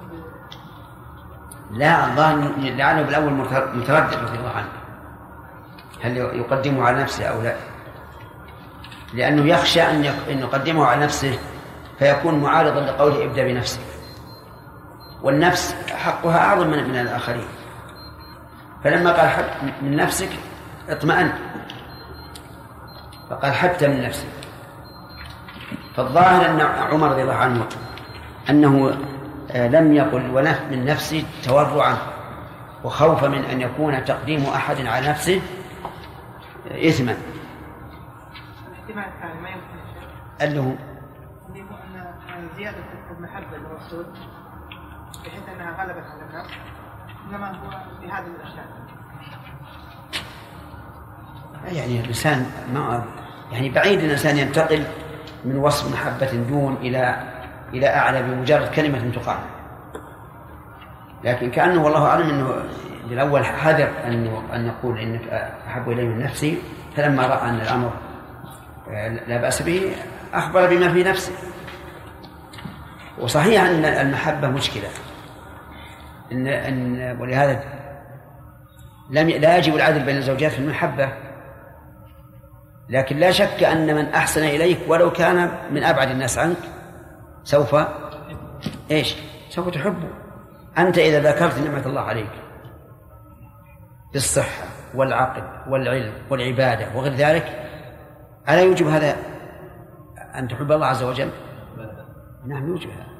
لا، الظاهر لعله بالأول متردد رضي الله عنه هل يقدمه على نفسه أو لا، لأنه يخشى أن يقدمه على نفسه فيكون معارضا لقوله ابدأ بنفسك، والنفس حقها أعظم من الآخرين. فلما قال حتى من نفسك اطمأن، فقال حتى من نفسك. فالظاهر أن عمر رضي الله عنه أنه لم يقل من نفسي تورعا وخوفا من أن يكون تقديم أحد على نفسه إثما. الاحتمال الثاني ما يمكن قال له أن زيادة المحبة للرسول بحيث أنها غلبت على الناس، إنما هو في هذه الأشياء. يعني الإنسان ما يعني بعيد الإنسان ينتقل من وصف محبة دون إلى أعلى بمجرد كلمة تقال، لكن كأنه والله أعلم أنه بالأول حذر أن يقول إنك أحب إلي من نفسي، فلما رأى أن الأمر لا بأس به أخبر بما في نفسه. وصحيح أن المحبة مشكلة، ولهذا لا يجب العدل بين الزوجات في المحبة، لكن لا شك أن من أحسن إليك ولو كان من أبعد الناس عنك سوف تحبه. أنت إذا ذكرت نعمة الله عليك بالصحة والعقل والعلم والعبادة وغير ذلك، ألا يوجب هذا أن تحب الله عز وجل؟ نعم يوجب هذا.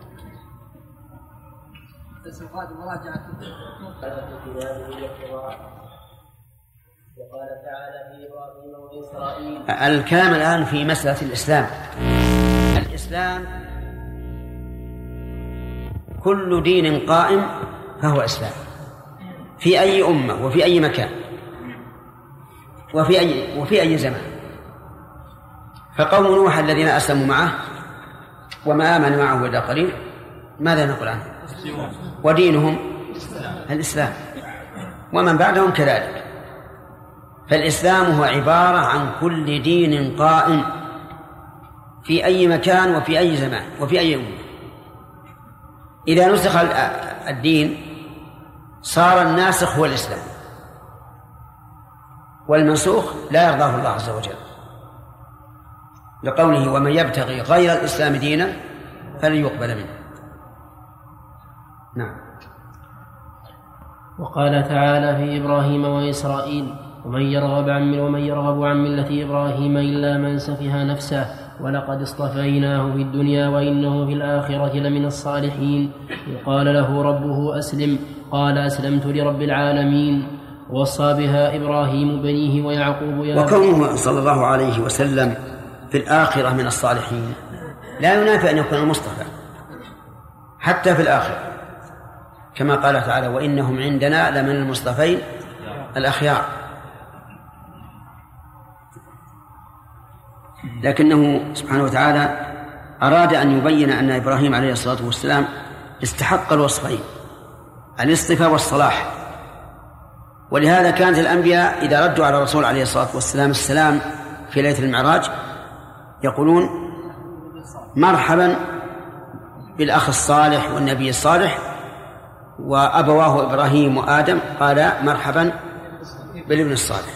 وقال تعالى في إبراهيم وإسرائيل. الكلام الآن في مسألة الإسلام. الإسلام كل دين قائم فهو إسلام في أي أمة وفي أي مكان وفي أي زمان. فقوم نوح الذين أسلموا معه وما آمن معه إلا قليل ماذا نقول عنه؟ ودينهم الإسلام، ومن بعدهم كذلك. فالإسلام هو عبارة عن كل دين قائم في أي مكان وفي أي زمان وفي أي أمة. إذا نسخ الدين صار الناسخ هو الإسلام، والمنسوخ لا يرضاه الله عز وجل، لقوله ومن يبتغي غير الإسلام دينا فلن يقبل منه. نعم. وقال تعالى في إبراهيم وإسرائيل ومن يرغب عن ملة إبراهيم إلا من سفه نفسه ولقد اصطفيناه في الدنيا وإنه في الآخرة لمن الصالحين. إذ قال له ربه أسلم قال أسلمت لرب العالمين. ووصى بها إبراهيم بنيه ويعقوب وكونه صلى الله عليه وسلم في الآخرة من الصالحين لا ينافي أن يكون المصطفى حتى في الآخرة، كما قال تعالى وإنهم عندنا لمن المصطفين الأخيار. لكنه سبحانه وتعالى أراد أن يبين أن إبراهيم عليه الصلاة والسلام استحق الوصفين، الاصطفاء والصلاح. ولهذا كانت الأنبياء إذا ردوا على الرسول عليه الصلاة والسلام السلام في ليلة المعراج يقولون مرحبا بالأخ الصالح والنبي الصالح، وأبواه إبراهيم وآدم قال مرحبا بالابن الصالح.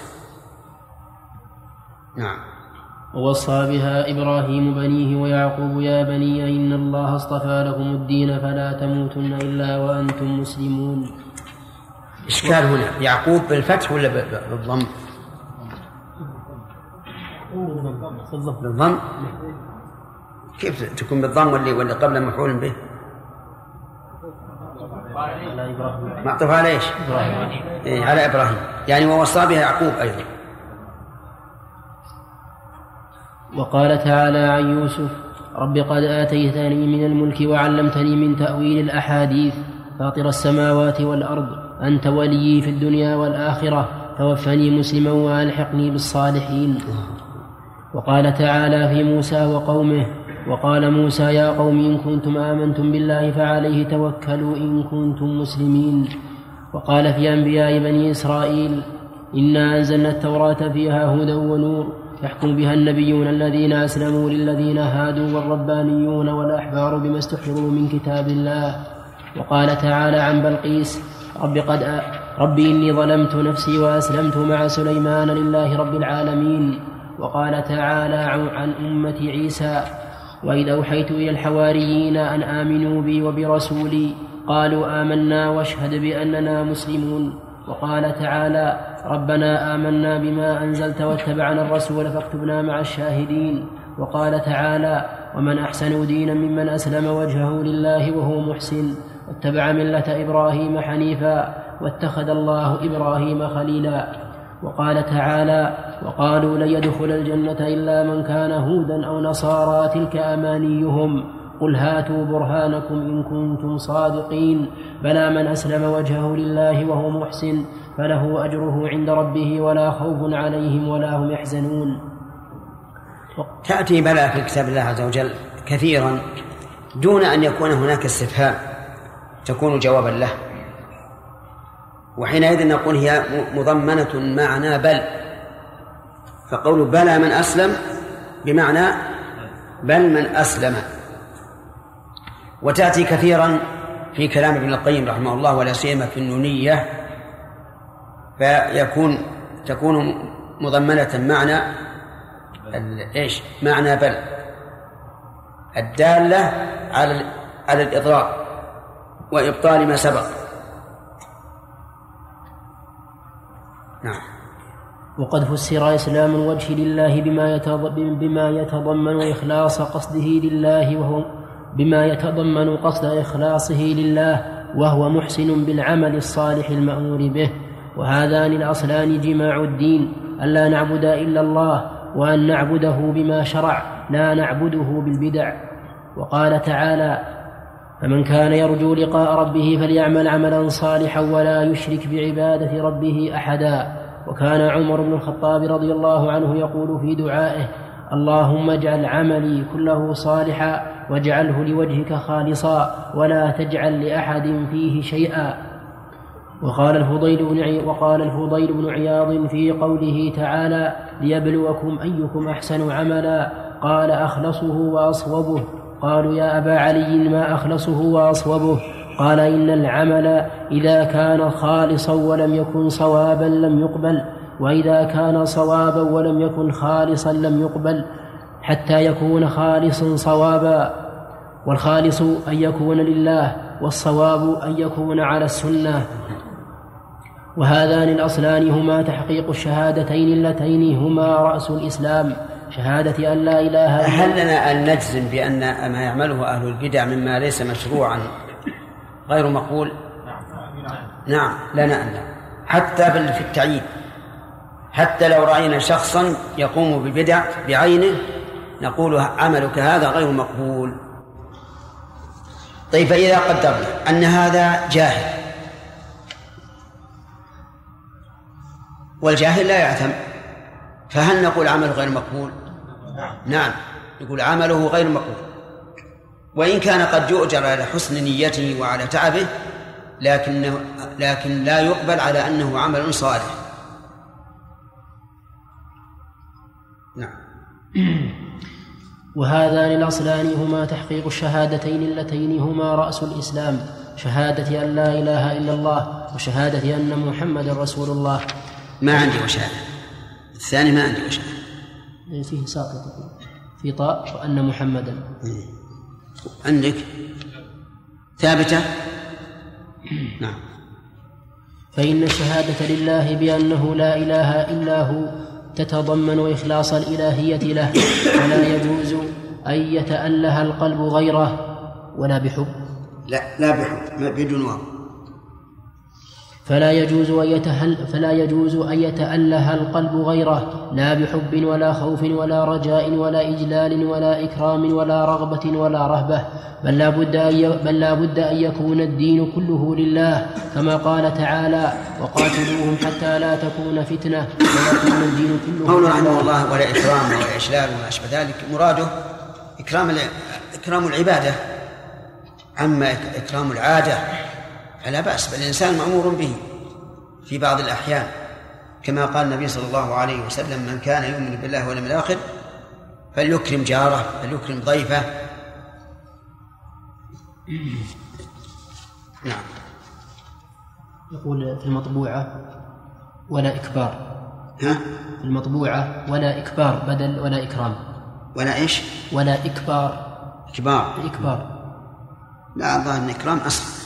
نعم. ووصى بها إبراهيم بنيه ويعقوب يا بني إن الله اصطفى لكم الدين فلا تموتن إلا وأنتم مسلمون. إشكال هنا يعقوب بالفتح ولا بالضم؟ بالضم. كيف تكون بالضم واللي قبل مفعول به؟ معطوف على ايش؟ على إبراهيم، يعني ووصى بها يعقوب أيضا. وقال تعالى عن يوسف رب قد آتيتني من الملك وعلمتني من تأويل الأحاديث فاطر السماوات والأرض أنت وليي في الدنيا والآخرة توفني مسلما وألحقني بالصالحين. وقال تعالى في موسى وقومه وقال موسى يا قوم إن كنتم آمنتم بالله فعليه توكلوا إن كنتم مسلمين. وقال في أنبياء بني إسرائيل إنا أنزلنا التوراة فيها هدى ونور يحكم بها النبيون الذين أسلموا للذين هادوا والربانيون والأحبار بما استحفظوا من كتاب الله. وقال تعالى عن بلقيس ربي إني ظلمت نفسي وأسلمت مع سليمان لله رب العالمين. وقال تعالى عن أمة عيسى وإذا أوحيت إلى الحواريين أن آمنوا بي وبرسولي قالوا آمنا واشهد بأننا مسلمون. وقال تعالى ربنا آمنا بما أنزلت واتبعنا الرسول فاكتبنا مع الشاهدين. وقال تعالى ومن أحسن دينا ممن أسلم وجهه لله وهو محسن واتبع ملة إبراهيم حنيفا واتخذ الله إبراهيم خليلا. وقال تعالى وقالوا لن يدخل الجنة إلا من كان هودا أو نصارى تلك أمانيهم قل هاتوا برهانكم إن كنتم صادقين بلى من أسلم وجهه لله وهو محسن فله أجره عند ربه ولا خوف عليهم ولا هم يحزنون. تأتي بلى في كتاب الله عز وجل كثيرا دون أن يكون هناك استفهام تكون جوابا له، وحينئذ نقول هي مضمنة معنى بل، فقول بلى من أسلم بمعنى بل من أسلم. وتأتي كثيرا في كلام ابن القيم رحمه الله ولا سيما في النونية، تكون مضمنة معنى معنى بل الدالة على الإضرار وإبطال ما سبق. نعم. وقد فسر إسلام الوجه لله بما يتضمن إخلاص قصده لله وهو بما يتضمن قصد إخلاصه لله وهو محسن بالعمل الصالح المأمور به. وهذان الأصلان جماع الدين ألا نعبد إلا الله وأن نعبده بما شرع لا نعبده بالبدع. وقال تعالى: فمن كان يرجو لقاء ربه فليعمل عملا صالحا ولا يشرك بعبادة ربه أحدا. وكان عمر بن الخطاب رضي الله عنه يقول في دعائه: اللهم اجعل عملي كله صالحا واجعله لوجهك خالصا ولا تجعل لأحد فيه شيئا. وقال الفضيل بن عياض في قوله تعالى: ليبلوكم أيكم أحسن عملا، قال: أخلصه وأصوبه. قالوا: يا أبا علي ما أخلصه وأصوبه؟ قال: إن العمل إذا كان خالصا ولم يكن صوابا لم يقبل، وإذا كان صوابا ولم يكن خالصا لم يقبل، حتى يكون خالصا صوابا. والخالص أن يكون لله، والصواب أن يكون على السنة. وهذان الأصلان هما تحقيق الشهادتين اللتين هما رأس الإسلام، شهادة أن لا إله إلا الله. هل لنا أن نجزم بأن ما يعمله أهل البدع مما ليس مشروعا غير مقبول؟ نعم، لنا أن حتى في التعيين، حتى لو رأينا شخصا يقوم ببدع بعينه نقول عملك هذا غير مقبول. طيب، فإذا قدرنا أن هذا جاهل، والجاهل لا يعتم، فهل نقول عمله غير مقبول؟ نعم، نقول عمله غير مقبول، وإن كان قد يؤجر على حسن نيته وعلى تعبه، لكن لا يقبل على أنه عمل صالح. نعم. وهذان الأصلان هما تحقيق الشهادتين اللتين هما رأس الإسلام، شهادة أن لا إله إلا الله وشهادة أن محمد رسول الله. ما عندي وشهادة، الثاني ما عندي وشهادة، فيه ساقط في طاء وأن محمدا. عندك ثابتة؟ نعم. فإن الشهادة لله بأنه لا إله إلا هو تتضمن إخلاص الإلهية له، ولا يجوز أن يتأله القلب غيره ولا بحب. لا بحب، بدون واو. فلا يجوز أن يتأله القلب غيره، لا بحب ولا خوف ولا رجاء ولا إجلال ولا إكرام ولا رغبة ولا رهبة، بل لا بد أن يكون الدين كله لله، كما قال تعالى: وقاتلوهم حتى لا تكون فتنة ويكون الدين كله لله. قوله رحمه الله: ولا إكرام ولا إجلال وما أشبه ذلك، مراده إكرام العبادة، أما إكرام العادة فلا بأس، بل الإنسان مأمور به في بعض الأحيان، كما قال النبي صلى الله عليه وسلم: من كان يؤمن بالله واليوم الآخر فليكرم جاره، فليكرم ضيفه. نعم. يقول في المطبوعة: ولا إكبار. ها؟ في المطبوعة: ولا إكبار بدل ولا إكرام. ولا إيش؟ ولا إكبار. إكبار. لا، الله أن إكرام أصح.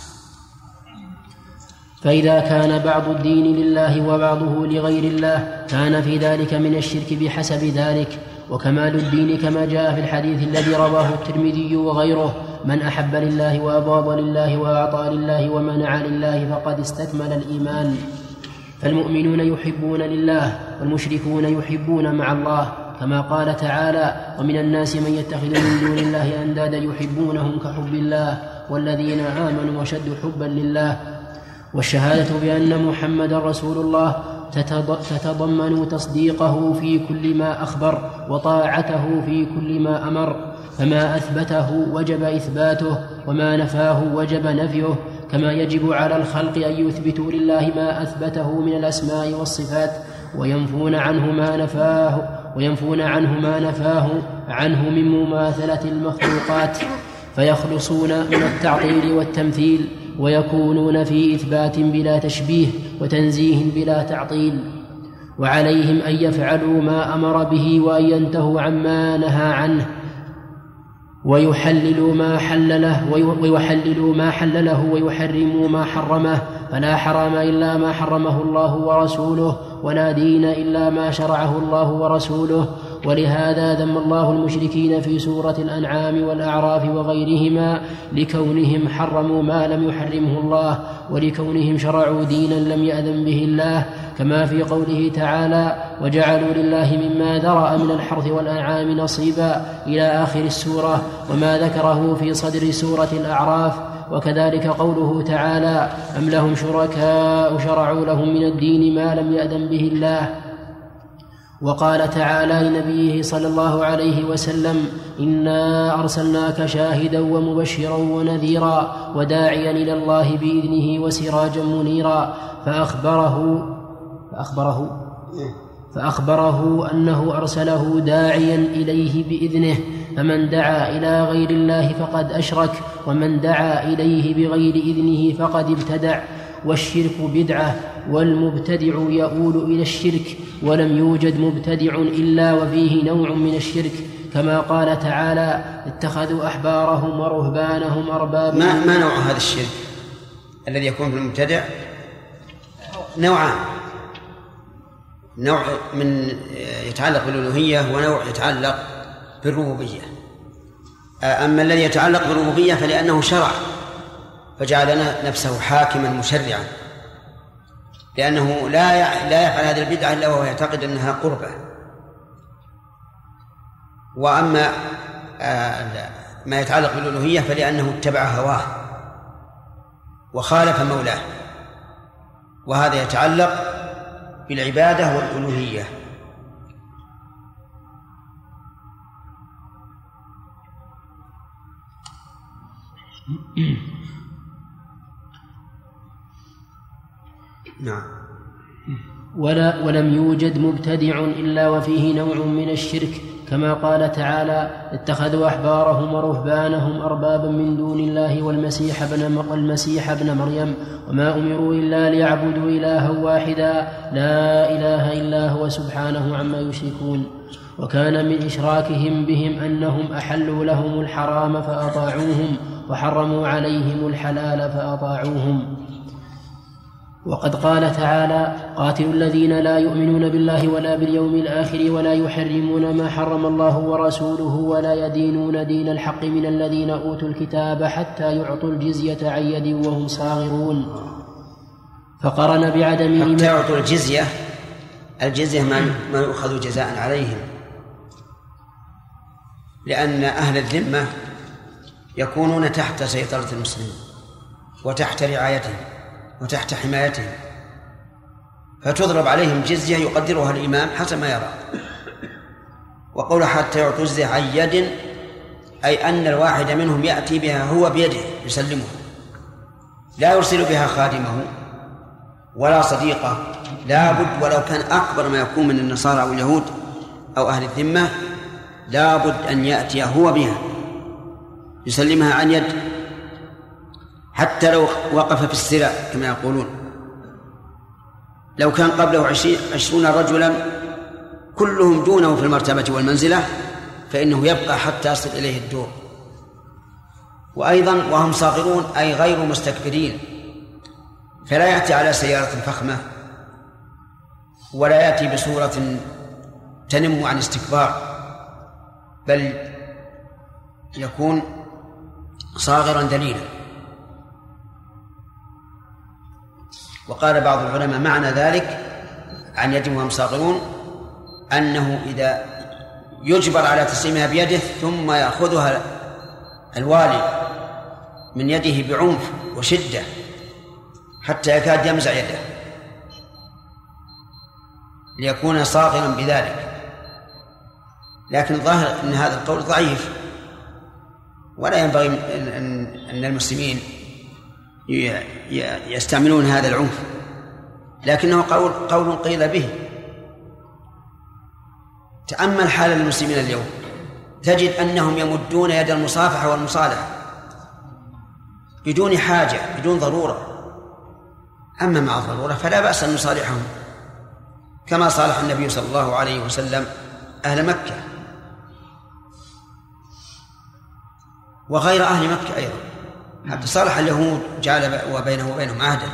فإذا كان بعض الدين لله وبعضه لغير الله كان في ذلك من الشرك بحسب ذلك. وكمال الدين كما جاء في الحديث الذي رواه الترمذي وغيره: من أحب لله وأبغض لله وأعطى لله ومنع لله فقد استكمل الإيمان. فالمؤمنون يحبون لله والمشركون يحبون مع الله، كما قال تعالى: ومن الناس من يتخذ من دون الله أندادا يحبونهم كحب الله والذين آمنوا أشد حبا لله. والشهادة بأن محمدا رسول الله تتضمن تصديقه في كل ما أخبر وطاعته في كل ما أمر، فما أثبته وجب إثباته وما نفاه وجب نفيه، كما يجب على الخلق أن يثبتوا لله ما أثبته من الأسماء والصفات وينفون عنه ما نفاه عنه من مماثلة المخلوقات، فيخلصون من التعطيل والتمثيل، ويكونون في إثبات بلا تشبيه وتنزيه بلا تعطيل. وعليهم أن يفعلوا ما أمر به وأن ينتهوا عما نهى عنه، ويحللوا ما حلله ويحرموا ما حرمه، فلا حرام إلا ما حرمه الله ورسوله، ولا دين إلا ما شرعه الله ورسوله. ولهذا ذم الله المشركين في سورة الأنعام والأعراف وغيرهما لكونهم حرموا ما لم يحرمه الله، ولكونهم شرعوا دينا لم يأذن به الله، كما في قوله تعالى وجعلوا لله مما ذرأ من الحرث والأنعام نصيبا إلى آخر السورة، وما ذكره في صدر سورة الأعراف. وكذلك قوله تعالى أم لهم شركاء شرعوا لهم من الدين ما لم يأذن به الله. وقال تعالى لنبيه صلى الله عليه وسلم إنا أرسلناك شاهدا ومبشرا ونذيرا وداعيا إلى الله بإذنه وسراجا منيرا، فأخبره أنه أرسله داعيا إليه بإذنه، فمن دعا إلى غير الله فقد أشرك، ومن دعا إليه بغير إذنه فقد ابتدع. والشرك بدعة، والمبتدع يؤول إلى الشرك، ولم يوجد مبتدع إلا وفيه نوع من الشرك، كما قال تعالى اتخذوا أحبارهم ورهبانهم أربابا. ما نوع هذا الشرك الذي يكون في المبتدع؟ نوعان، نوع من يتعلق بالألوهية ونوع يتعلق بالربوبية. أما الذي يتعلق بالربوبية فلأنه شرع فجعل نفسه حاكما مشرعا، لأنه لا يفعل هذه البدعة إلا وهو يعتقد أنها قربة. وأما ما يتعلق بالألوهية فلأنه اتبع هواه وخالف مولاه، وهذا يتعلق بالعبادة والألوهية. نعم. ولم يوجد مبتدع إلا وفيه نوع من الشرك، كما قال تعالى اتخذوا أحبارهم ورهبانهم أربابا من دون الله والمسيح ابن مريم وما أمروا إلا ليعبدوا إلها واحدا لا إله إلا هو سبحانه عما يشركون. وكان من إشراكهم بهم أنهم أحلوا لهم الحرام فأطاعوهم وحرموا عليهم الحلال فأطاعوهم. وقد قال تعالى قاتلوا الذين لا يؤمنون بالله ولا باليوم الآخر ولا يحرمون ما حرم الله ورسوله ولا يدينون دين الحق من الذين أوتوا الكتاب حتى يعطوا الجزية عن يد وهم صاغرون. فقرن بعدم حتى يعطوا الجزية ما يؤخذ جزاء عليهم، لأن أهل الذمة يكونون تحت سيطرة المسلمين وتحت رعايتهم وتحت حمايتهم، فتضرب عليهم جزية يقدرها الإمام حسب ما يرى. وقول حتى يعطوا الجزية عن يد أي أن الواحد منهم يأتي بها هو بيده يسلمها، لا يرسل بها خادمه ولا صديقه، لا بد ولو كان أكبر ما يكون من النصارى أو اليهود أو أهل الذمة لا بد أن يأتي هو بها يسلمها عن يد، حتى لو وقف في السراء كما يقولون. لو كان قبله 20 رجلا كلهم دونه في المرتبة والمنزلة فإنه يبقى حتى يصل إليه الدور. وأيضا وهم صاغرون أي غير مستكبرين، فلا يأتي على سيارة فخمة ولا يأتي بصورة تنم عن استكبار، بل يكون صاغرا دليلا. وقال بعض العلماء معنى ذلك عن يد وهم صاغرون أنه إذا يجبر على تسليمها بيده ثم يأخذها الوالي من يده بعنف وشدة حتى يكاد يمزع يده ليكون صاغرا بذلك. لكن الظاهر أن هذا القول ضعيف، ولا ينبغي أن المسلمين يستعملون هذا العنف، لكنه قول قيل به. تأمل حال المسلمين اليوم تجد أنهم يمدون يد المصافحة والمصالحة بدون حاجة بدون ضرورة، أما مع الضرورة فلا بأس أن نصالحهم كما صالح النبي صلى الله عليه وسلم أهل مكة وغير أهل مكة أيضا، حتى صالح اليهود جعل وبينه وبينهم عهدا.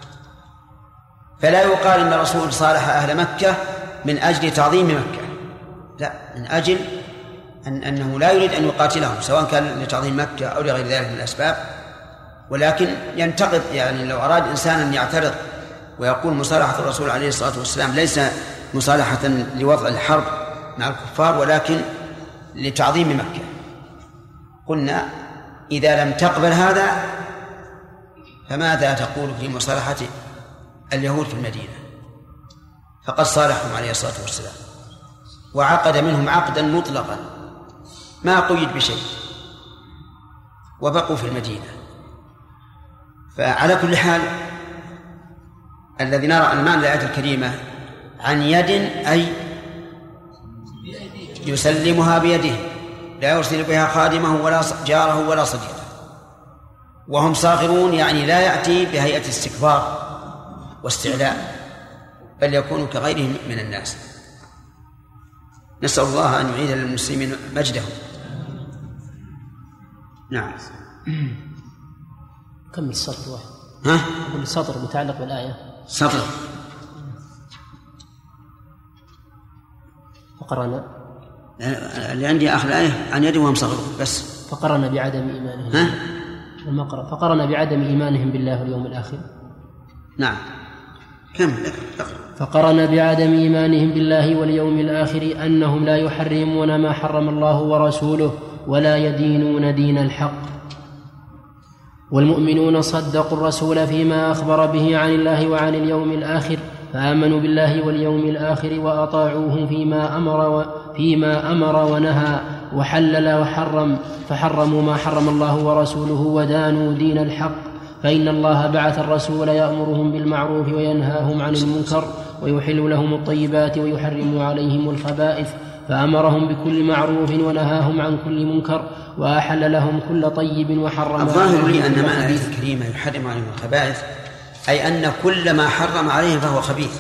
فلا يقال إن الرسول صالح أهل مكة من أجل تعظيم مكة، لا، من أجل أنه لا يريد أن يقاتلهم سواء كان لتعظيم مكة أو لغير ذلك من الأسباب، ولكن ينتقد، يعني لو أراد إنسان أن يعترض ويقول مصالحة الرسول عليه الصلاة والسلام ليس مصالحة لوضع الحرب مع الكفار ولكن لتعظيم مكة. قلنا إذا لم تقبل هذا فماذا تقول في مصالحة اليهود في المدينة؟ فقد صالحهم عليه الصلاة والسلام وعقد منهم عقدا مطلقا ما قيد بشيء وبقوا في المدينة. فعلى كل حال الذي نرى المعنى الآية الكريمة عن يد أي يسلمها بيده لا يرسل بها خادمه ولا جاره ولا صديقه، وهم صاغرون يعني لا يأتي بهيئة استكبار واستعلاء بل يكون كغيرهم من الناس. نسأل الله أن يعيد للمسلمين مجدهم. نعم. كم السطر واحد؟ ها؟ السطر متعلق بالآية. سطر. فقرنا. اللي عندي آخر الآية عن يد وهم صغرون بس. فقرنا بعدم إيمانهم. ها؟ المقرأ فقرنا بعدم إيمانهم بالله واليوم الآخر. نعم. كم؟ فقرن بعدم إيمانهم بالله واليوم الآخر أنهم لا يحرمون ما حرم الله ورسوله ولا يدينون دين الحق. والمؤمنون صدقوا الرسول فيما أخبر به عن الله وعن اليوم الآخر فآمنوا بالله واليوم الآخر وأطاعوه فيما أمر ونهى وحلل وحرم فحرموا ما حرم الله ورسوله ودانوا دين الحق. فإن الله بعث الرسول يأمرهم بالمعروف وينهاهم عن المنكر ويحل لهم الطيبات ويحرم عليهم الخبائث فأمرهم بكل معروف ونهاهم عن كل منكر وأحل لهم كل طيب وحرم الظاهر لي أن معنى الآية الكريمة يحرم عليهم الخبائث أي أن كل ما حرم عليهم فهو خبيث،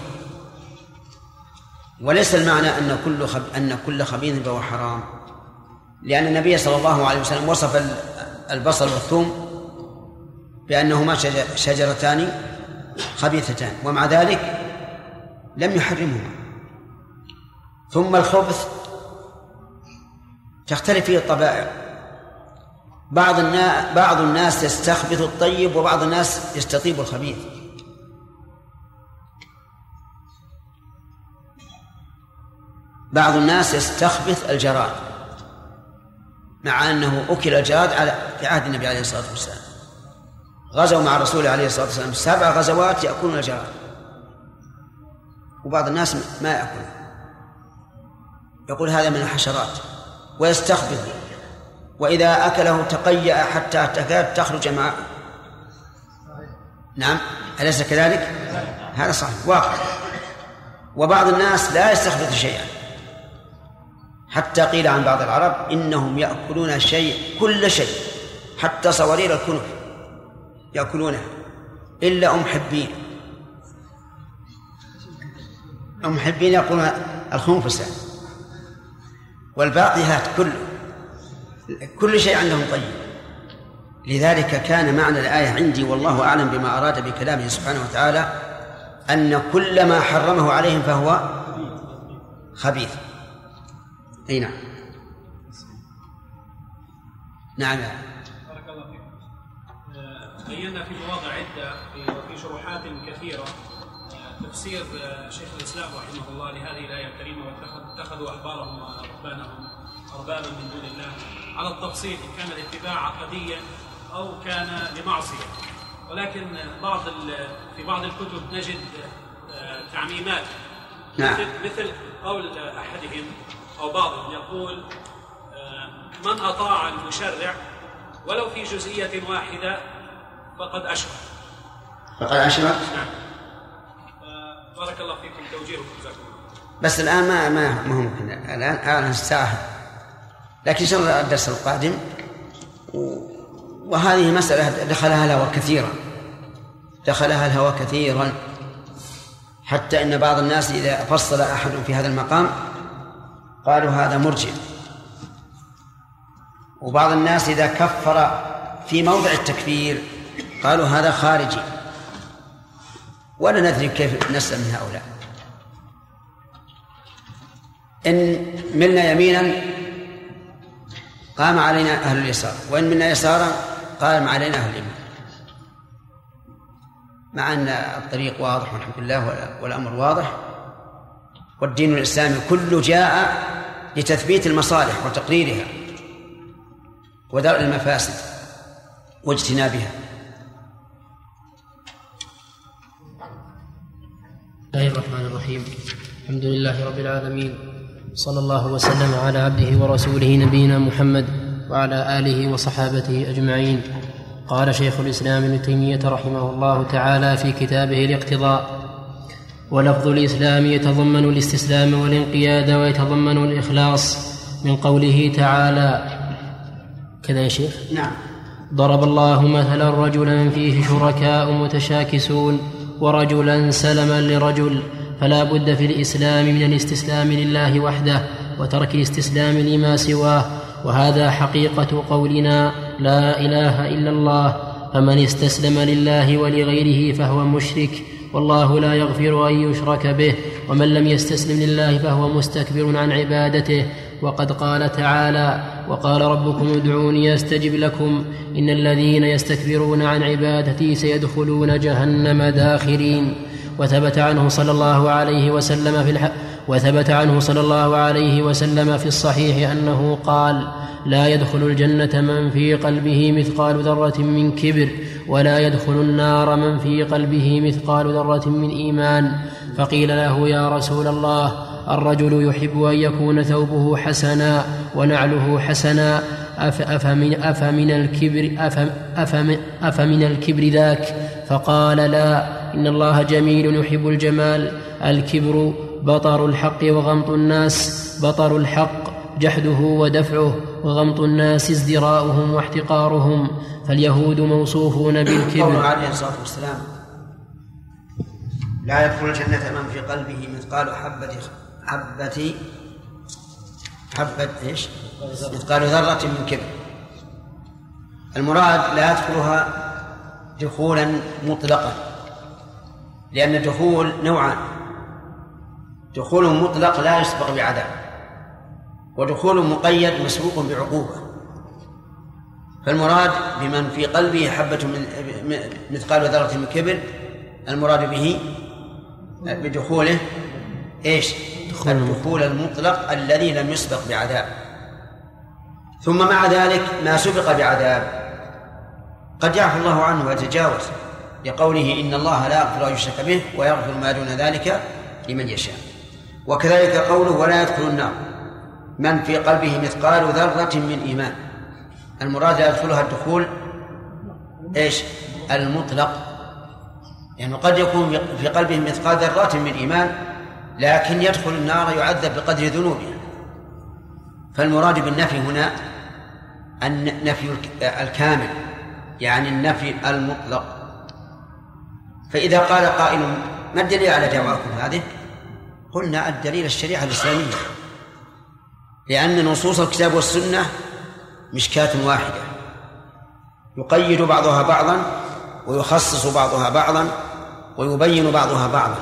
وليس المعنى أن كل خبيث فهو حرام، لأن النبي صلى الله عليه وسلم وصف البصل والثوم بأنهما شجرتان خبيثتان ومع ذلك لم يحرمهما. ثم الخبث تختلف فيه الطبائع، بعض الناس يستخبث الطيب وبعض الناس يستطيب الخبيث. بعض الناس يستخبث الجراد مع أنه أكل الجراد في عهد النبي عليه الصلاة والسلام، غزوا مع الرسول عليه الصلاة والسلام 7 غزوات يأكلون الجراد، وبعض الناس ما يأكل، يقول هذا من الحشرات ويستخبث، وإذا أكله تقيأ حتى تكاد تخرج معه. نعم أليس كذلك؟ هذا صحيح واقع. وبعض الناس لا يستخبث شيئا حتى قيل عن بعض العرب إنهم يأكلون كل شيء حتى صوارير الكنف يأكلونها إلا أم حبين يأكلون الخنفسة والباقيات كل شيء عندهم طيب. لذلك كان معنى الآية عندي والله أعلم بما أراد بكلامه سبحانه وتعالى أن كل ما حرمه عليهم فهو خبيث. أي نعم. نعم. بارك الله فيكم. بينا في مواضع عدة وفي شروحات كثيرة تفسير شيخ الإسلام رحمه الله لهذه الآية الكريمة واتخذوا أحبارهم ورهبانهم أربابا من دون الله على التفصيل إن كان الاتباع عقديا أو كان لمعصية، ولكن في بعض الكتب نجد تعميمات. نعم. مثل قول أحدهم أو بعضهم يقول من أطاع المشرع ولو في جزئية واحدة فقد أشرك. نعم. بارك الله فيكم توجيهكم جزاكم الله. بس الآن ما هو ممكن الآن الساعة، لكن إن شاء الله الدرس القادم. وهذه مسألة دخلها الهوى كثيرا حتى إن بعض الناس إذا فصل أحد في هذا المقام قالوا هذا مرجئ، وبعض الناس إذا كفر في موضع التكفير قالوا هذا خارجي، ولا ندري كيف نسلم من هؤلاء. إن ملنا يمينا قام علينا أهل اليسار، وإن ملنا يسارا قام علينا أهل اليمين. مع أن الطريق واضح والحمد لله والأمر واضح، والدين الإسلامي كله جاء لتثبيت المصالح وتقريرها ودرء المفاسد واجتنابها. بسم الله الرحمن الرحيم. الحمد لله رب العالمين، صلى الله وسلم على عبده ورسوله نبينا محمد وعلى آله وصحابته أجمعين. قال شيخ الإسلام ابن تيمية رحمه الله تعالى في كتابه الاقتضاء: ولفظ الإسلام يتضمن الاستسلام والانقياد ويتضمن الإخلاص، من قوله تعالى كذا يا شيخ. نعم. ضرب الله مثلا رجلا فيه شركاء متشاكسون ورجلا سلما لرجل، فلا بد في الإسلام من الاستسلام لله وحده وترك الاستسلام لما سواه، وهذا حقيقة قولنا لا إله إلا الله، فمن استسلم لله ولغيره فهو مشرك، والله لا يغفر أن يشرك به، ومن لم يستسلم لله فهو مستكبر عن عبادته. وقد قال تعالى: وقال ربكم ادعوني أستجب لكم إن الذين يستكبرون عن عبادتي سيدخلون جهنم داخرين. وثبت عنه صلى الله عليه وسلم في الصحيح أنه قال: لا يدخل الجنة من في قلبه مثقال ذرة من كبر، ولا يدخل النار من في قلبه مثقال ذرة من إيمان. فقيل له: يا رسول الله، الرجل يحب أن يكون ثوبه حسنا ونعله حسنا، أفمن الكبر ذاك؟ فقال: لا، إن الله جميل يحب الجمال. الكبر بطر الحق وغمط الناس، بطر الحق جحده ودفعه، وغمط الناس ازدراؤهم واحتقارهم. فاليهود موصوفون بالكبر. قوله عليه الصلاة والسلام: لا يدخل الجنة من في قلبه مثقال مثقال ذرة من كبر. المراد لا يدخلها دخولا مطلقا، لأن الدخول نوعان: دخول مطلق لا يسبق بعذاب، ودخول مقيد مسبوق بعقوبة. فالمراد بمن في قلبه حبة من مثقال ذرة من كبر، المراد به بدخوله ايش؟ الدخول المطلق الذي لم يسبق بعذاب. ثم مع ذلك ما سبق بعذاب قد يعفو الله عنه ويتجاوز، لقوله: إن الله لا يغفر أن يشرك به ويغفر ما دون ذلك لمن يشاء. وكذلك قوله: ولا يدخل النار من في قلبه مثقال ذرة من إيمان. المراد لا يدخلها الدخول ايش؟ المطلق، يعني قد يكون في قلبه مثقال ذرة من إيمان لكن يدخل النار يعذب بقدر ذنوبه. فالمراد بالنفي هنا النفي الكامل، يعني النفي المطلق. فإذا قال قائل: ما الدليل على دعواكم هذه؟ قلنا: الدليل الشريعة الإسلامية، لأن نصوص الكتاب والسنة مشكاة واحدة يقيد بعضها بعضا ويخصص بعضها بعضا ويبين بعضها بعضا،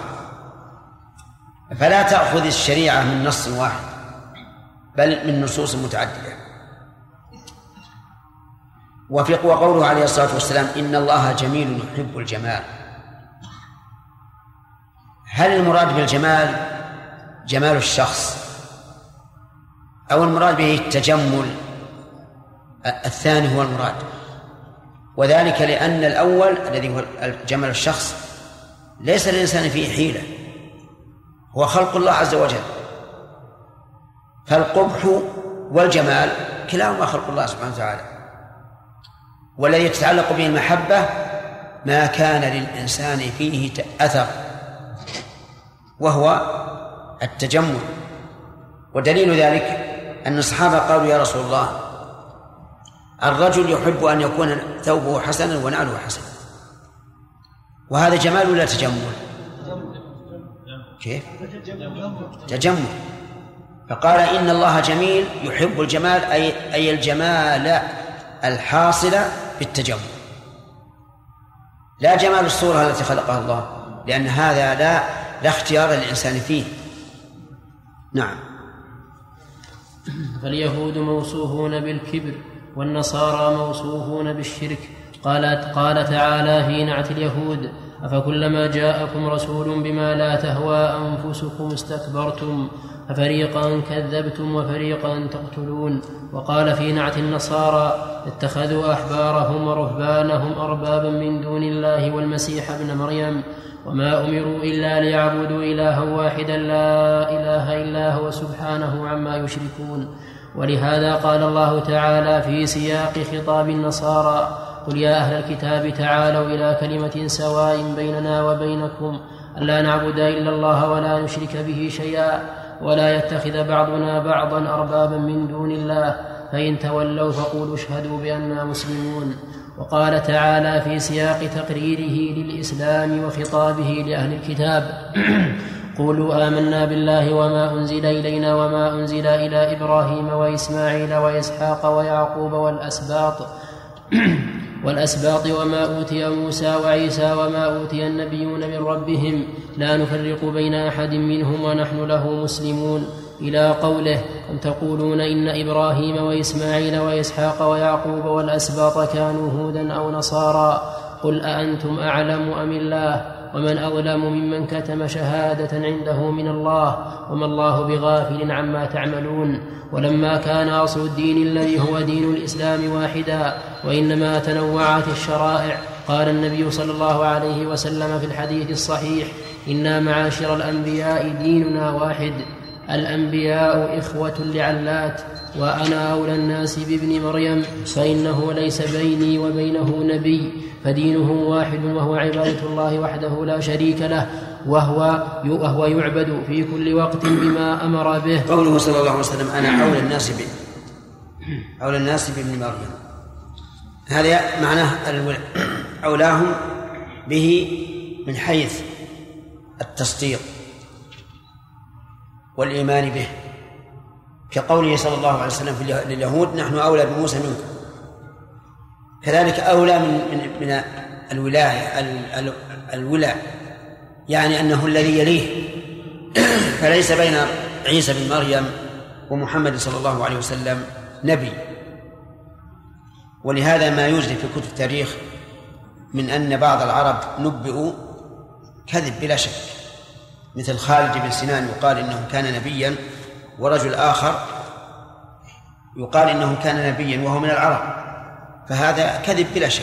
فلا تأخذ الشريعة من نص واحد بل من نصوص متعددة. وقوله عليه الصلاة والسلام: إن الله جميل يحب الجمال. هل المراد بالجمال جمال الشخص أو المراد به التجمل؟ الثاني هو المراد، وذلك لأن الأول الذي هو جمال الشخص ليس للإنسان فيه حيلة، هو خلق الله عز وجل، فالقبح والجمال كلاهما خلق الله سبحانه وتعالى. والذي تتعلق به المحبة ما كان للإنسان فيه أثر، وهو التجمل. ودليل ذلك أن الصحابة قالوا: يا رسول الله، الرجل يحب أن يكون ثوبه حسنا ونعله حسنا. وهذا جمال ولا تجمل؟ كيف؟ تجمل. فقال: إن الله جميل يحب الجمال، أي الجمال الحاصل بالتجمل، لا جمال الصورة التي خلقها الله، لأن هذا لا اختيار للإنسان فيه. نعم. فاليهود موصوفون بالكبر والنصارى موصوفون بالشرك. قال تعالى في نعت اليهود: أفكلما جاءكم رسول بما لا تهوى أنفسكم استكبرتم ففريقا كذبتم وفريقا تقتلون. وقال في نعت النصارى اتخذوا أحبارهم ورهبانهم أربابا من دون الله والمسيح ابن مريم وما أمروا إلا ليعبدوا إلها واحدا لا إله إلا هو سبحانه عما يشركون. ولهذا قال الله تعالى في سياق خطاب النصارى قل يا أهل الكتاب تعالوا إلى كلمة سواء بيننا وبينكم ألا نعبد إلا الله ولا نشرك به شيئا ولا يتخذ بعضنا بعضا أربابا من دون الله فإن تولوا فقولوا اشهدوا بأننا مسلمون. وقال تعالى في سياق تقريره للإسلام وخطابه لأهل الكتاب قولوا آمنا بالله وما أنزل إلينا وما أنزل إلى إبراهيم وإسماعيل وإسحاق ويعقوب والأسباط وما أوتي موسى وعيسى وما أوتي النبيون من ربهم لا نفرق بين أحد منهم ونحن له مسلمون إلى قوله أم تقولون إن إبراهيم وإسماعيل وإسحاق ويعقوب والأسباط كانوا هودا أو نصارى قل أأنتم أعلم أم الله ومن أظلم ممن كتم شهادة عنده من الله وما الله بغافل عما تعملون. ولما كان أصل الدين الذي هو دين الإسلام واحدا وإنما تنوعت الشرائع قال النبي صلى الله عليه وسلم في الحديث الصحيح إنا معاشر الأنبياء ديننا واحد الأنبياء إخوة لعلات وأنا أولى الناس بابن مريم فإنه ليس بيني وبينه نبي فدينه واحد وهو عبادة الله وحده لا شريك له وهو يعبد في كل وقت بما أمر به. قوله صلى الله عليه وسلم أنا أولى الناس بابن مريم هذا معناه أولاهم به من حيث التصديق والإيمان به كقوله صلى الله عليه وسلم لليهود نحن أولى بموسى منكم. كذلك أولى من الولاء يعني أنه الذي يليه فليس بين عيسى بن مريم ومحمد صلى الله عليه وسلم نبي. ولهذا ما يوجد في كتب التاريخ من أن بعض العرب نبئوا كذب بلا شك مثل خالد بن سنان يقال إنه كان نبيا ورجل آخر يقال إنه كان نبيا وهو من العرب فهذا كذب بلا شك.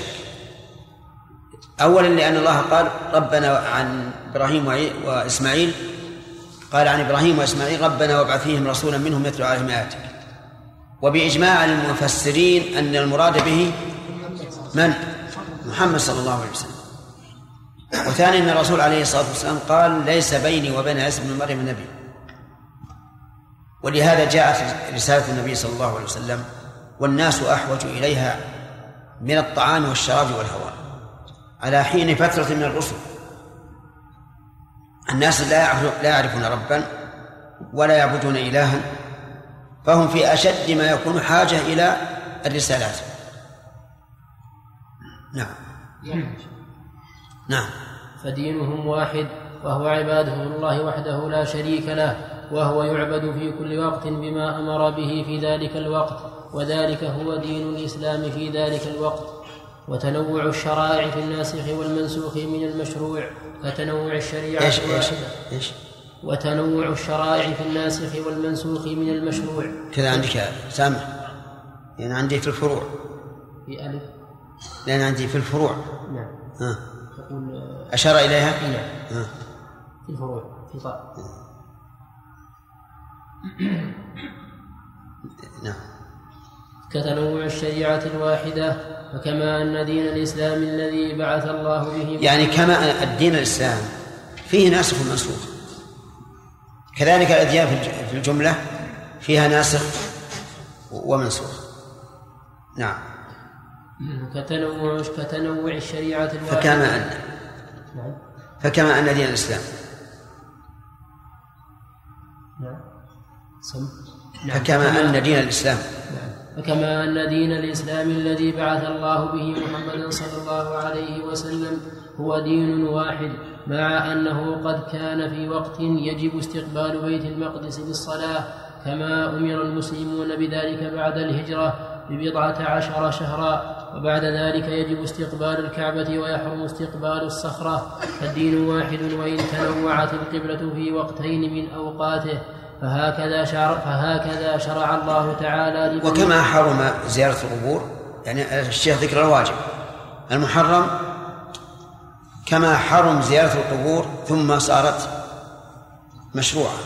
أولا لأن الله قال ربنا عن إبراهيم وإسماعيل قال عن إبراهيم وإسماعيل ربنا وابعث فيهم رسولا منهم يتلو عليهم آياتك وبإجماع المفسرين أن المراد به من؟ محمد صلى الله عليه وسلم. وثانيا أن الرسول عليه الصلاة والسلام قال ليس بيني وبين عيسى بن مريم نبي. ولهذا جاءت رسالة النبي صلى الله عليه وسلم والناس أحوج إليها من الطعام والشراب والهواء على حين فترة من الرسل. الناس لا يعرفون ربا ولا يعبدون إلها فهم في أشد ما يكون حاجة إلى الرسالات. نعم فدينهم واحد وهو عباده الله وحده لا شريك له وهو يعبد في كل وقت بما أمر به في ذلك الوقت وذلك هو دين الإسلام في ذلك الوقت. وتنوع الشرائع في الناسخ والمنسوخ من المشروع كتنوع الشريعة وتنوع الشرائع في الناسخ والمنسوخ من المشروع كذا عندك سامع يعني عندي في الفروع في ألف لأن عندي في الفروع نعم تقول أشار إليها نعم في الفروع في طاء نعم كتنوع الشريعة الواحدة فكما أن دين الإسلام الذي بعث الله به يعني كما الدين الإسلام فيه ناسخ ومنسوخ كذلك الأديان في الجملة فيها ناسخ ومنسوخ. نعم كتنوع الشريعة الواحدة فكما أن دين الإسلام فكما أن دين الإسلام فكما أن دين الإسلام الذي بعث الله به محمدا صلى الله عليه وسلم هو دين واحد مع أنه قد كان في وقت يجب استقبال بيت المقدس للصلاة كما أمر المسلمون بذلك بعد الهجرة ب10 شهرا وبعد ذلك يجب استقبال الكعبة ويحرم استقبال الصخرة، فالدين واحد وإن تنوعت القبلة في وقتين من أوقاته، فهكذا شرع الله تعالى. وكما حرم زيارة القبور، يعني الشيخ ذكر الواجب المحرم، كما حرم زيارة القبور ثم صارت مشروعة.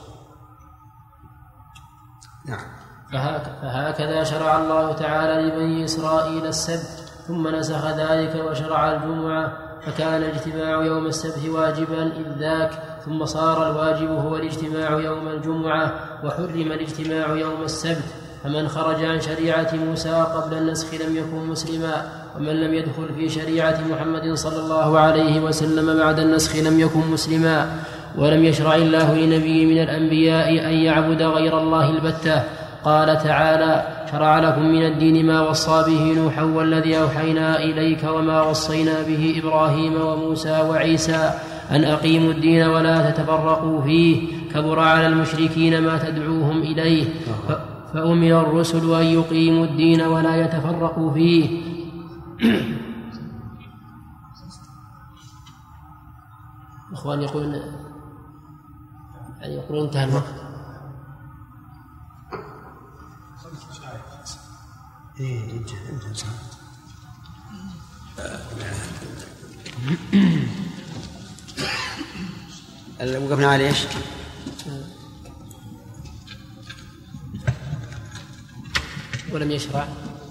نعم. فهكذا شرع الله تعالى لبني إسرائيل السبت، ثم نسخ ذلك وشرع الجمعة، فكان الاجتماع يوم السبت واجبا إذ ذاك، ثم صار الواجب هو الاجتماع يوم الجمعة، وحرم الاجتماع يوم السبت. فمن خرج عن شريعة موسى قبل النسخ لم يكن مسلما، ومن لم يدخل في شريعة محمد صلى الله عليه وسلم بعد النسخ لم يكن مسلما. ولم يشرع الله لنبي من الأنبياء أن يعبد غير الله البتة. قال تعالى: شرع لكم من الدين ما وصى به نوحا والذي أوحينا إليك وما وصينا به إبراهيم وموسى وعيسى أن أقيموا الدين ولا تتفرقوا فيه، كبر على المشركين ما تدعوهم إليه، فأمر الرسل أن يقيموا الدين ولا يتفرقوا فيه. إخوان يقولون انتهى الوقت. انت صح. وقفنا على ايش؟ ولم يشرع.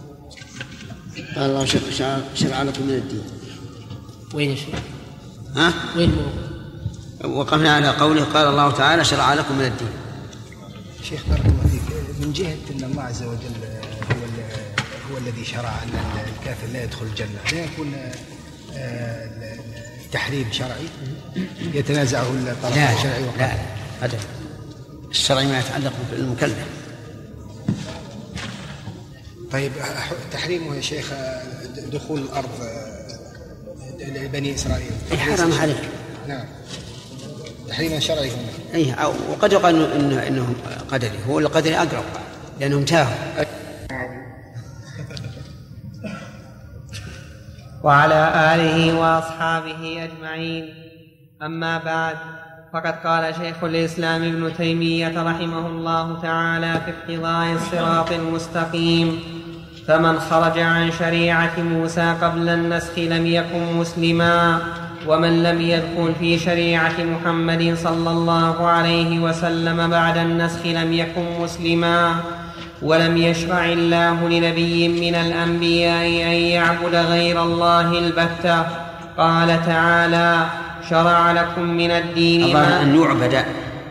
الله شرع لكم من الدين. وين يشرع؟ ها؟ وين موقع؟ وقفنا على قوله قال الله تعالى: شرع لكم من الدين. شيخ بارك الله فيك، من جهة أن الله عز وجل هو الذي شرع أن الكافر لا يدخل الجنة، لا يكون التحريم شرعي يتنازعه الطرفين الشرعي والقدري؟ لا هذا الشرعي ما يتعلق بالمكلف. طيب تحريمه يا شيخ دخول الأرض لبني إسرائيل حرام عليك. نعم، تحريما شرعي. وقد يقال انه قدري، هو القدري اقرب لانهم تاهوا. وعلى آله وأصحابه أجمعين. أما بعد، فقد قال شيخ الإسلام ابن تيمية رحمه الله تعالى في اقتضاء الصراط المستقيم: فمن خرج عن شريعة موسى قبل النسخ لم يكن مسلما، ومن لم يدخل في شريعة محمد صلى الله عليه وسلم بعد النسخ لم يكن مسلما. ولم يشرع الله لنبي من الأنبياء أن يعبد غير الله البتة. قال تعالى: شرع لكم من الدين ما أن يعبد.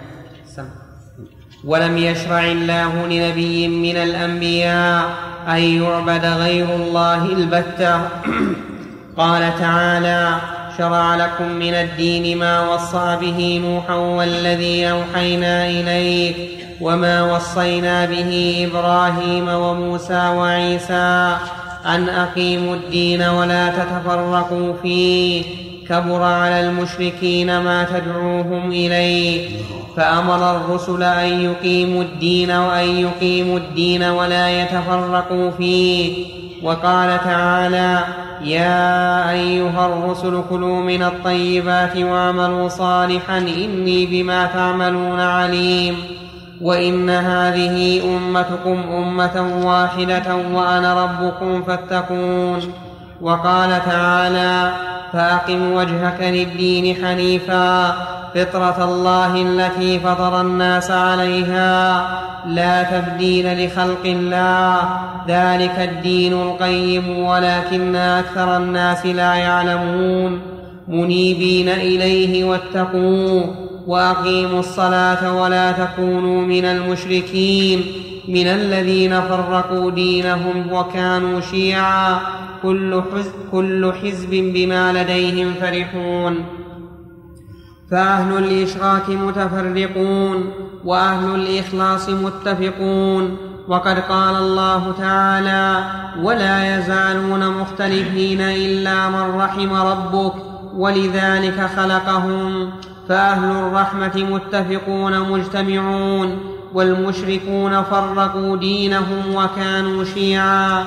ولم يشرع الله لنبي من الأنبياء أن يعبد غير الله البتة. قال تعالى: شرع لكم من الدين ما وصى به نوحا والذي أوحينا إليك وما وصينا به إبراهيم وموسى وعيسى أن أقيموا الدين ولا تتفرقوا فيه، كبر على المشركين ما تدعوهم إليه. فأمر الرسل أن يقيموا الدين ولا يتفرقوا فيه. وقال تعالى: يا أيها الرسل كلوا من الطيبات واعملوا صالحا إني بما تعملون عليم. وإن هذه أمتكم أمة واحدة وأنا ربكم فاتقون. وقال تعالى: فأقم وجهك للدين حنيفا فطرة الله التي فطر الناس عليها لا تبديل لخلق الله ذلك الدين القيم ولكن أكثر الناس لا يعلمون. منيبين إليه واتقوه وأقيموا الصلاة ولا تكونوا من المشركين من الذين فرقوا دينهم وكانوا شيعا كل حزب بما لديهم فرحون. فأهل الإشراك متفرقون وأهل الإخلاص متفقون. وقد قال الله تعالى: ولا يزالون مختلفين إلا من رحم ربك ولذلك خلقهم. فأهل الرحمة متفقون مجتمعون والمشركون فرقوا دينهم وكانوا شيعا.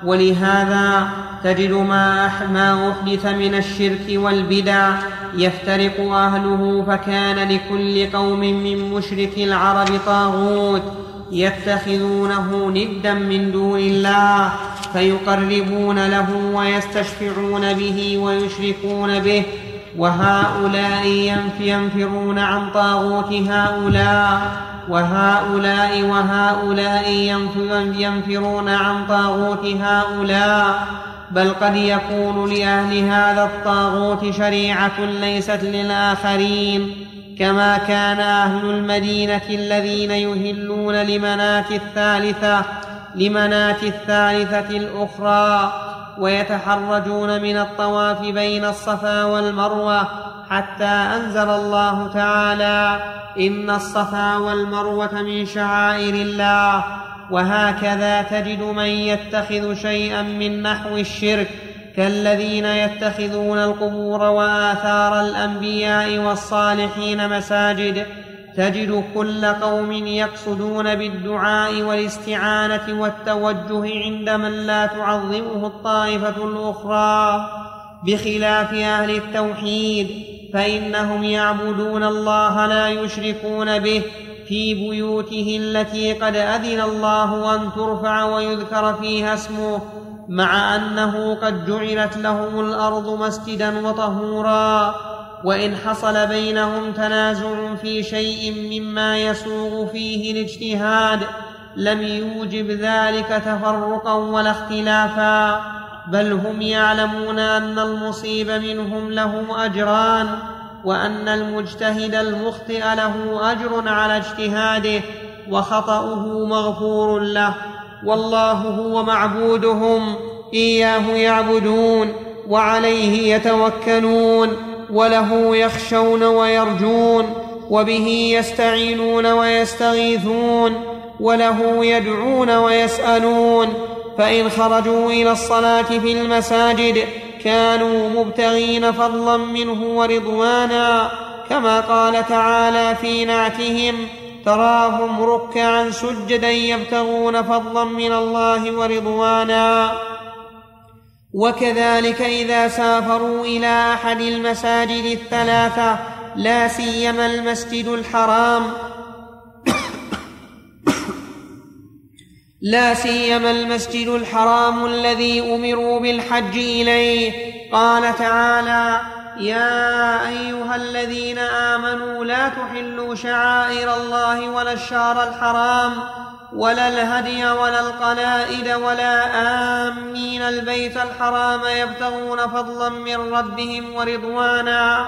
ولهذا تجد ما أحدث من الشرك والبدع يفترق أهله، فكان لكل قوم من مشرك العرب طاغوت يتخذونه ندا من دون الله فيقربون له ويستشفعون به ويشركون به، وهؤلاء ينفرون عن طاغوت هؤلاء، وهؤلاء ينفرون عن طاغوت هؤلاء. بل قد يكون لأهل هذا الطاغوت شريعة ليست للآخرين، كما كان أهل المدينة الذين يهلون لمنات الثالثة الأخرى ويتحرجون من الطواف بين الصفا والمروة، حتى أنزل الله تعالى: إن الصفا والمروة من شعائر الله. وهكذا تجد من يتخذ شيئا من نحو الشرك، كالذين يتخذون القبور وآثار الأنبياء والصالحين مساجد. تجد كل قوم يقصدون بالدعاء والاستعانة والتوجه عند من لا تعظمه الطائفة الأخرى، بخلاف أهل التوحيد، فإنهم يعبدون الله لا يشركون به في بيوته التي قد أذن الله أن ترفع ويذكر فيها اسمه، مع أنه قد جعلت لهم الأرض مسجدا وطهورا. وإن حصل بينهم تنازع في شيء مما يسوغ فيه الاجتهاد لم يوجب ذلك تفرقا ولا اختلافا، بل هم يعلمون أن المصيب منهم له أجران، وأن المجتهد المخطئ له أجر على اجتهاده وخطأه مغفور له، والله هو معبودهم، إياه يعبدون وعليه يتوكلون وله يخشون ويرجون وبه يستعينون ويستغيثون وله يدعون ويسألون. فإن خرجوا إلى الصلاة في المساجد كانوا مبتغين فضلا منه ورضوانا، كما قال تعالى في نعتهم: تراهم ركعا سجدا يبتغون فضلا من الله ورضوانا. وكذلك إذا سافروا إلى أحد المساجد الثلاثة، لا سيما المسجد الحرام الذي أمروا بالحج إليه، قال تعالى: يا أيها الذين آمنوا لا تحلوا شعائر الله ولا الشهر الحرام ولا الهدي ولا القلائد ولا آمين البيت الحرام يبتغون فضلا من ربهم ورضوانا.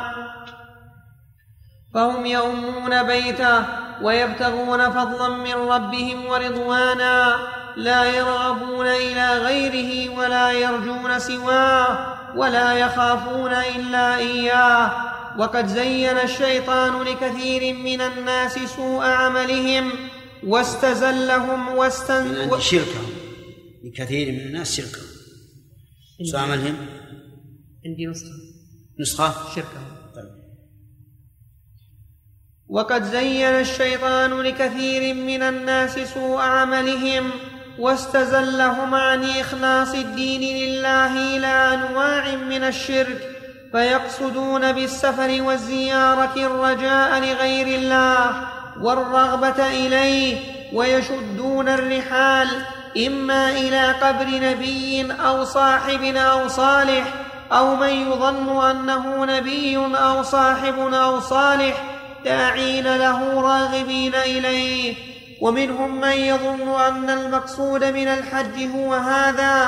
فهم يؤمون بيته ويبتغون فضلا من ربهم ورضوانا، لا يرغبون إلى غيره ولا يرجون سواه ولا يخافون إلا إياه. وقد زين الشيطان لكثير من الناس سوء عملهم واستزلهم شركهم، لكثير من الناس شركهم سوء عملهم. عندي نسخة شركهم. وقد زين الشيطان لكثير من الناس سوء عملهم واستزلهم عن إخلاص الدين لله إلى أنواع من الشرك، فيقصدون بالسفر والزيارة الرجاء لغير الله والرغبة إليه، ويشدون الرحال إما إلى قبر نبي أو صاحب أو صالح أو من يظن أنه نبي أو صاحب أو صالح، داعين له راغبين إليه. ومنهم من يظن أن المقصود من الحج هو هذا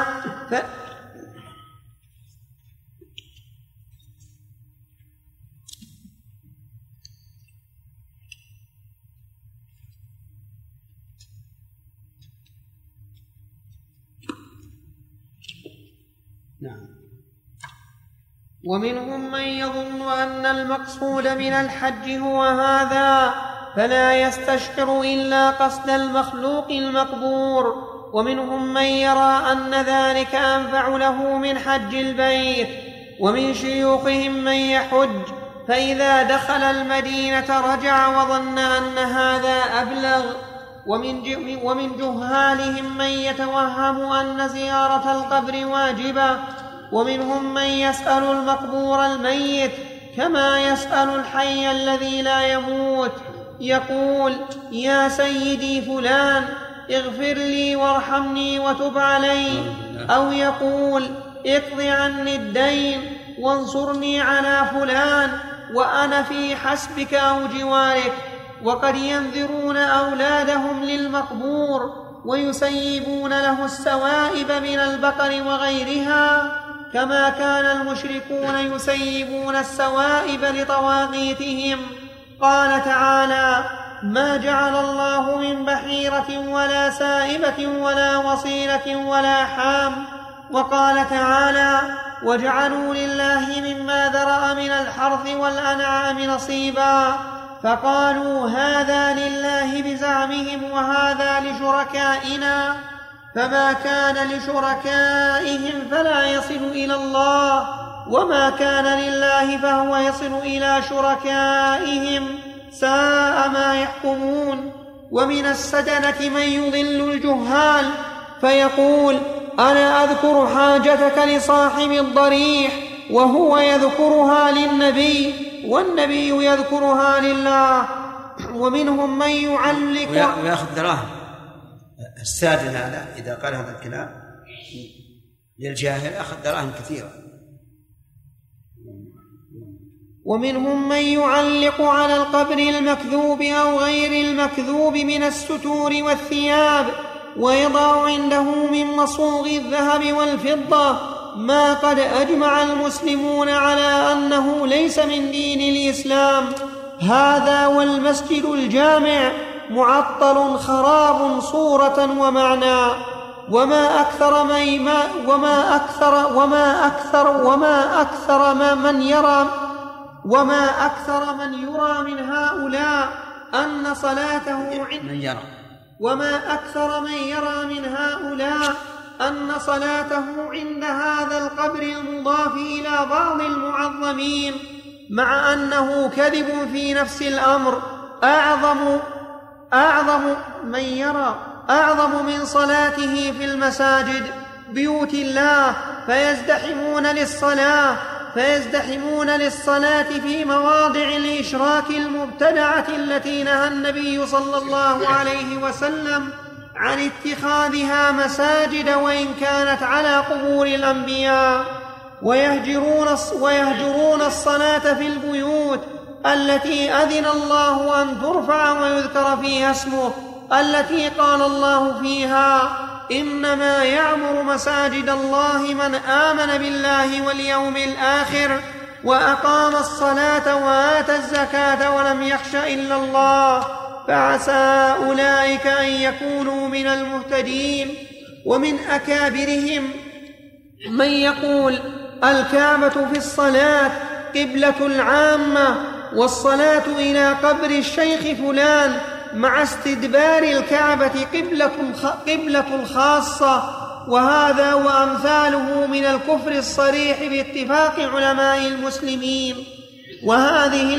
ومنهم من يظن أن المقصود من الحج هو هذا فلا يستشعر إلا قصد المخلوق المقبور. ومنهم من يرى أن ذلك أنفع له من حج البيت. ومن شيوخهم من يحج فإذا دخل المدينة رجع وظن أن هذا أبلغ، ومن جهالهم من يتوهم أن زيارة القبر واجبة، ومنهم من يسأل المقبور الميت كما يسأل الحي الذي لا يموت، يقول: يا سيدي فلان اغفر لي وارحمني وتب علي، أو يقول: اقض عني الدين وانصرني على فلان وأنا في حسبك أو جوارك. وقد ينذرون أولادهم للمقبور ويسيبون له السوائب من البقر وغيرها، كما كان المشركون يسيبون السوائب لطواغيتهم. قال تعالى: ما جعل الله من بحيرة ولا سائبة ولا وصيلة ولا حام. وقال تعالى: وجعلوا لله مما ذرأ من الحرث والأنعام نصيبا، فقالوا هذا لله بزعمهم وهذا لشركائنا، فما كان لشركائهم فلا يصل إلى الله، وما كان لله فهو يصل إلى شركائهم، ساء ما يحكمون. ومن السدنة من يضل الجهال فيقول: أنا أذكر حاجتك لصاحب الضريح، وهو يذكرها للنبي والنبي يذكرها لله. ومنهم من يعلق ويأخذ دراهم. السادن هذا إذا قال هذا الكلام للجاهل أخذ دراهم كثيرة. ومنهم من يعلق على القبر المكذوب أو غير المكذوب من الستور والثياب، ويضع عنده من مصوغ الذهب والفضة ما قد أجمع المسلمون على أنه ليس من دين الإسلام. هذا والمسجد الجامع معطل خراب صورة ومعنى. وما أكثر من يرى من هؤلاء أن صلاته عند هذا القبر المضاف إلى بعض المعظمين، مع أنه كذب في نفس الأمر، أعظم من صلاته في المساجد بيوت الله، فيزدحمون للصلاة في مواضع الإشراك المبتدعة التي نهى النبي صلى الله عليه وسلم عن اتخاذها مساجد وإن كانت على قبور الأنبياء. ويهجرون الصلاة في البيوت التي أذن الله أن ترفع ويذكر فيها اسمه، التي قال الله فيها: إنما يعمر مساجد الله من آمن بالله واليوم الآخر وأقام الصلاة وآتى الزكاة ولم يخش إلا الله، فعسى أولئك أن يكونوا من المهتدين. ومن أكابرهم من يقول: الكعبة في الصلاة قبلة العامة، والصلاة إلى قبر الشيخ فلان مع استدبار الكعبة قبلة الخاصة. وهذا وأمثاله من الكفر الصريح باتفاق علماء المسلمين. وهذه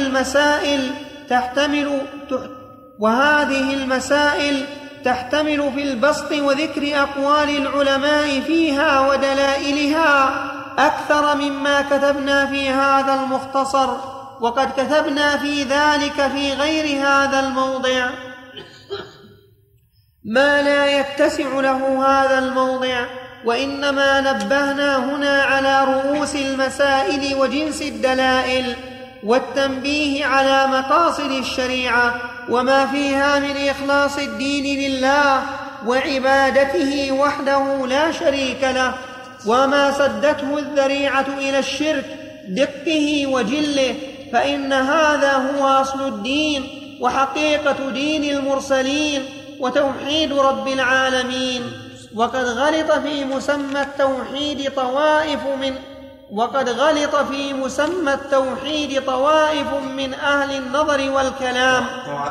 المسائل تحتمل في البسط وذكر أقوال العلماء فيها ودلائلها أكثر مما كتبنا في هذا المختصر، وقد كتبنا في ذلك في غير هذا الموضع ما لا يتسع له هذا الموضع، وإنما نبهنا هنا على رؤوس المسائل وجنس الدلائل، والتنبيه على مقاصد الشريعة وما فيها من إخلاص الدين لله وعبادته وحده لا شريك له، وما سدته الذريعة إلى الشرك دقه وجله، فإن هذا هو أصل الدين وحقيقة دين المرسلين وتوحيد رب العالمين. وقد غلط في مسمى التوحيد طوائف من أهل النظر والكلام.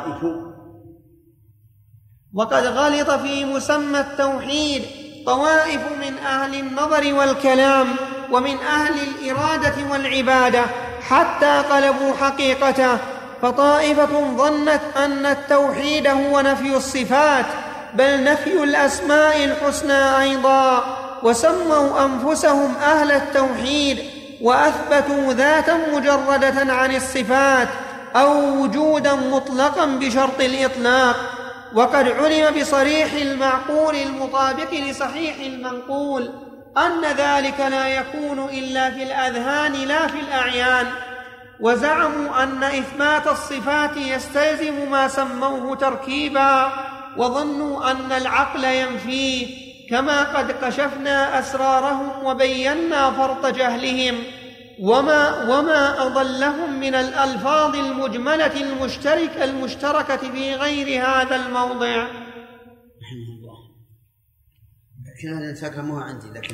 وقد غلط في مسمى التوحيد طوائف من أهل النظر والكلام ومن أهل الإرادة والعبادة، حتى قلبوا حقيقته فطائفة ظنت أن التوحيد هو نفي الصفات، بل نفي الأسماء الحسنى أيضا، وسموا أنفسهم أهل التوحيد، وأثبتوا ذاتا مجردة عن الصفات أو وجودا مطلقا بشرط الإطلاق. وقد علم بصريح المعقول المطابق لصحيح المنقول أن ذلك لا يكون إلا في الأذهان لا في الأعيان. وزعموا أن إثبات الصفات يستلزم ما سموه تركيبا، وظنوا أن العقل ينفيه، كما قد كشفنا أسرارهم وبينا فرط جهلهم وما أضلهم من الألفاظ المجملة المشتركة في غير هذا الموضع. رحمه الله. لكن هذا الفكرة مو عندي، لكن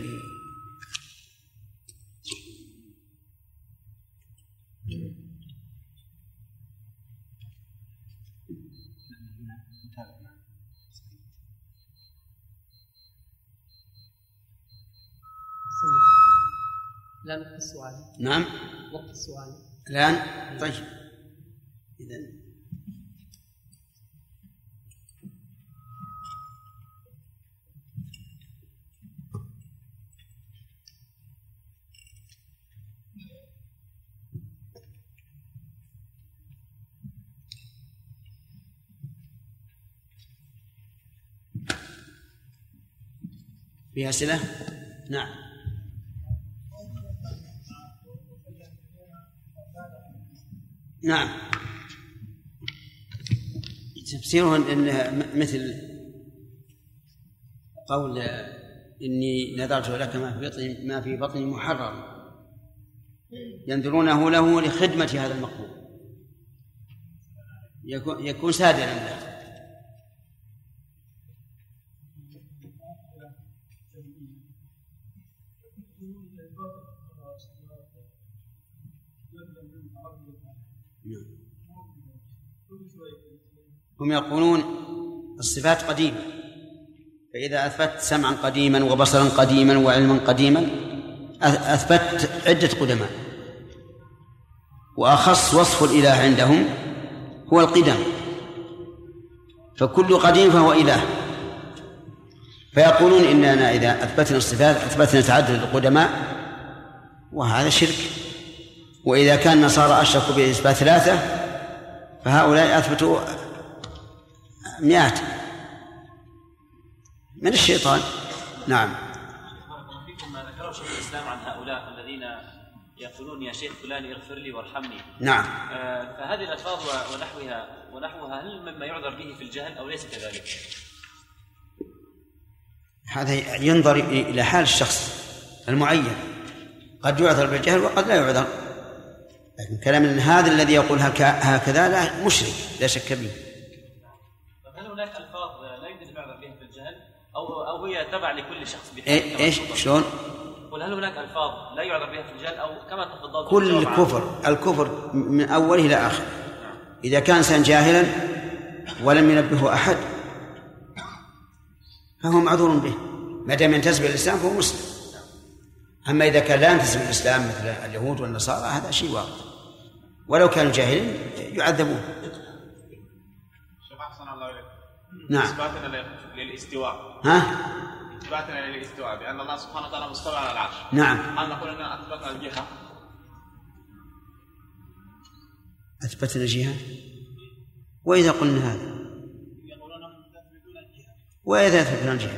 لا وقت السؤال. نعم وقت السؤال الآن. طيب إذن في أسئلة؟ نعم. نعم، تفسيره إن مثل قول إني نذرت لك ما في بطني محرر، ينذرونه له لخدمة هذا المقبول، يكون سادرا له. هم يقولون الصفات قديمة، فإذا أثبت سمعا قديما وبصرا قديما وعلما قديما أثبت عدة قدماء، وأخص وصف الإله عندهم هو القدم، فكل قديم فهو إله. فيقولون إننا إذا أثبتنا الصفات أثبتنا تعدد القدماء، وهذا شرك. وإذا كان النصارى أشركوا بإثبات 3 فهؤلاء أثبتوا 100 من الشيطان. نعم. فيكم ما ذكره شيخ الإسلام عن هؤلاء الذين يقولون يا شيخ فلان اغفر لي وارحمني. نعم. فهذه الألفاظ ونحوها هل مما يعذر به في الجهل أو ليس كذلك؟ هذا ينظر إلى حال الشخص المعين، قد يعذر بالجهل وقد لا يعذر، لكن كلام أن هذا الذي يقول هكذا لا مشرك لا شك به. هل هناك ألفاظ لا يمكن أن يعذر بها في الجهل أو هي تبع لكل شخص بحاله؟ إيش شلون؟ هل هناك ألفاظ لا يعذر بها في الجهل أو كما تفضلت؟ كل الكفر من أوله إلى آخره. إذا كان إنسان جاهلا ولم ينبهه أحد فهو معذور به، ما دام ينتسب الإسلام فهو مسلم. أما إذا كان لا ينتسب الإسلام مثل اليهود والنصارى هذا شيء واقع، ولو كانوا جاهلين يعذبون. شيخ أحسن الله إليك. نعم. إثباتنا للاستواء. إثباتنا للاستواء بأن الله سبحانه وتعالى مستوى على العرش. نعم. هل نقول أننا أثبتنا الجهة؟ أثبتنا الجهة؟ وإذا قلنا هذا؟ يقولون تثبتون الجهة. وإذا أثبتنا الجهة؟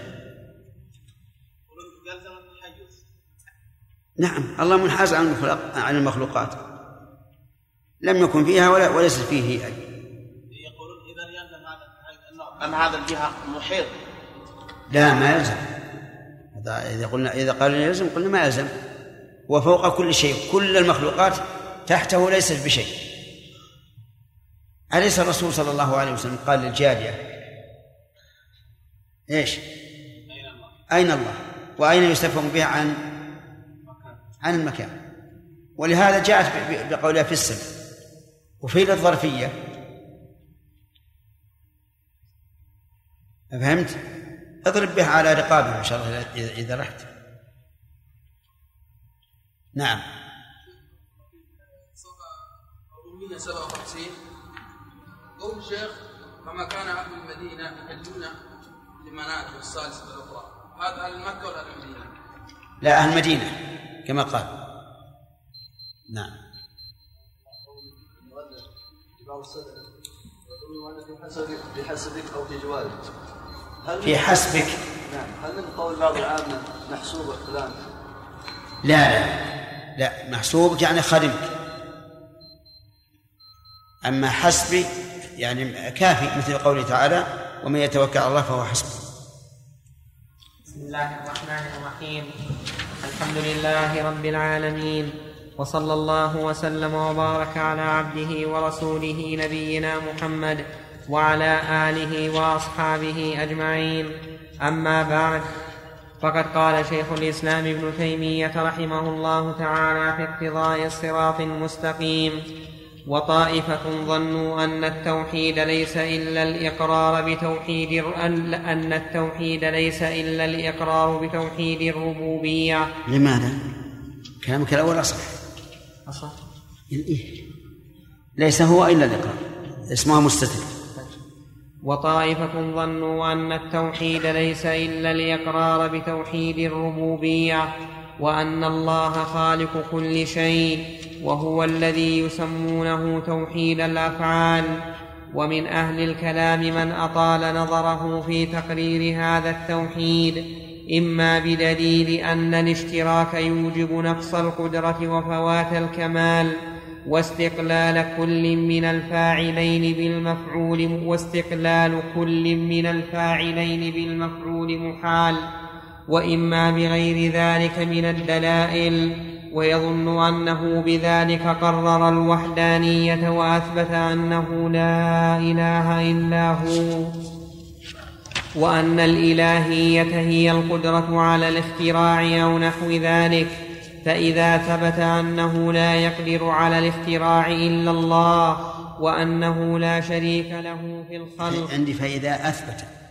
نعم، الله منحاز عن المخلوقات، لم يكن فيها وليس فيه أي. يقولون إذا يلزم أن هذا الجهة محيط. لا، ما يلزم. إذا قال يلزم قلنا ما يلزم، وفوق كل شيء، كل المخلوقات تحته ليست بشيء. أليس الرسول صلى الله عليه وسلم قال للجارية إيش؟ أين الله؟ وأين يستفهم بها عن المكان؟ ولهذا جاءت بقولها في السماء وفي الظرفية. فهمت؟ اضرب بها على رقابها إن شاء الله إذا رحت. نعم. 57 قول الشيخ كما كان أهل المدينة يحجون لمنات والثالثة الأخرى، هذا أهل مكة ولا أهل المدينة؟ لا، أهل المدينة كما قال. نعم. بحسبك أو في جوارك. في حسبك. نعم. هل من قول بعض العامة محسوبك فلان؟ لا، محسوبك يعني خادمك. أما حسبي يعني كافي، مثل قوله تعالى: ومن يتوكل على الله فهو حسبه. بسم الله الرحمن الرحيم. الحمد لله رب العالمين، وصلى الله وسلم وبارك على عبده ورسوله نبينا محمد وعلى آله وأصحابه أجمعين. أما بعد، فقد قال شيخ الإسلام ابن تيمية رحمه الله تعالى في اقتضاء الصراط المستقيم: وطائفة ظنوا أن التوحيد ليس إلا الإقرار بتوحيد الربوبية. لماذا؟ كلامك الأول أصح. ليس هو إلا الإقرار، اسمها مستتر. وطائفة ظنوا أن التوحيد ليس إلا الإقرار بتوحيد الربوبية، وأن الله خالق كل شيء، وهو الذي يسمونه توحيد الأفعال. ومن أهل الكلام من أطال نظره في تقرير هذا التوحيد، إما بدليل أن الاشتراك يوجب نقص القدرة وفوات الكمال، واستقلال كل من الفاعلين بالمفعول محال، وإما بغير ذلك من الدلائل، ويظن أنه بذلك قرر الوحدانية وأثبت أنه لا إله إلا هو، وأن الإلهية هي القدرة على الاختراع أو نحو ذلك. فإذا ثبت أنه لا يقدر على الاختراع إلا الله، وأنه لا شريك له في الخلق. عندي فإذا أثبت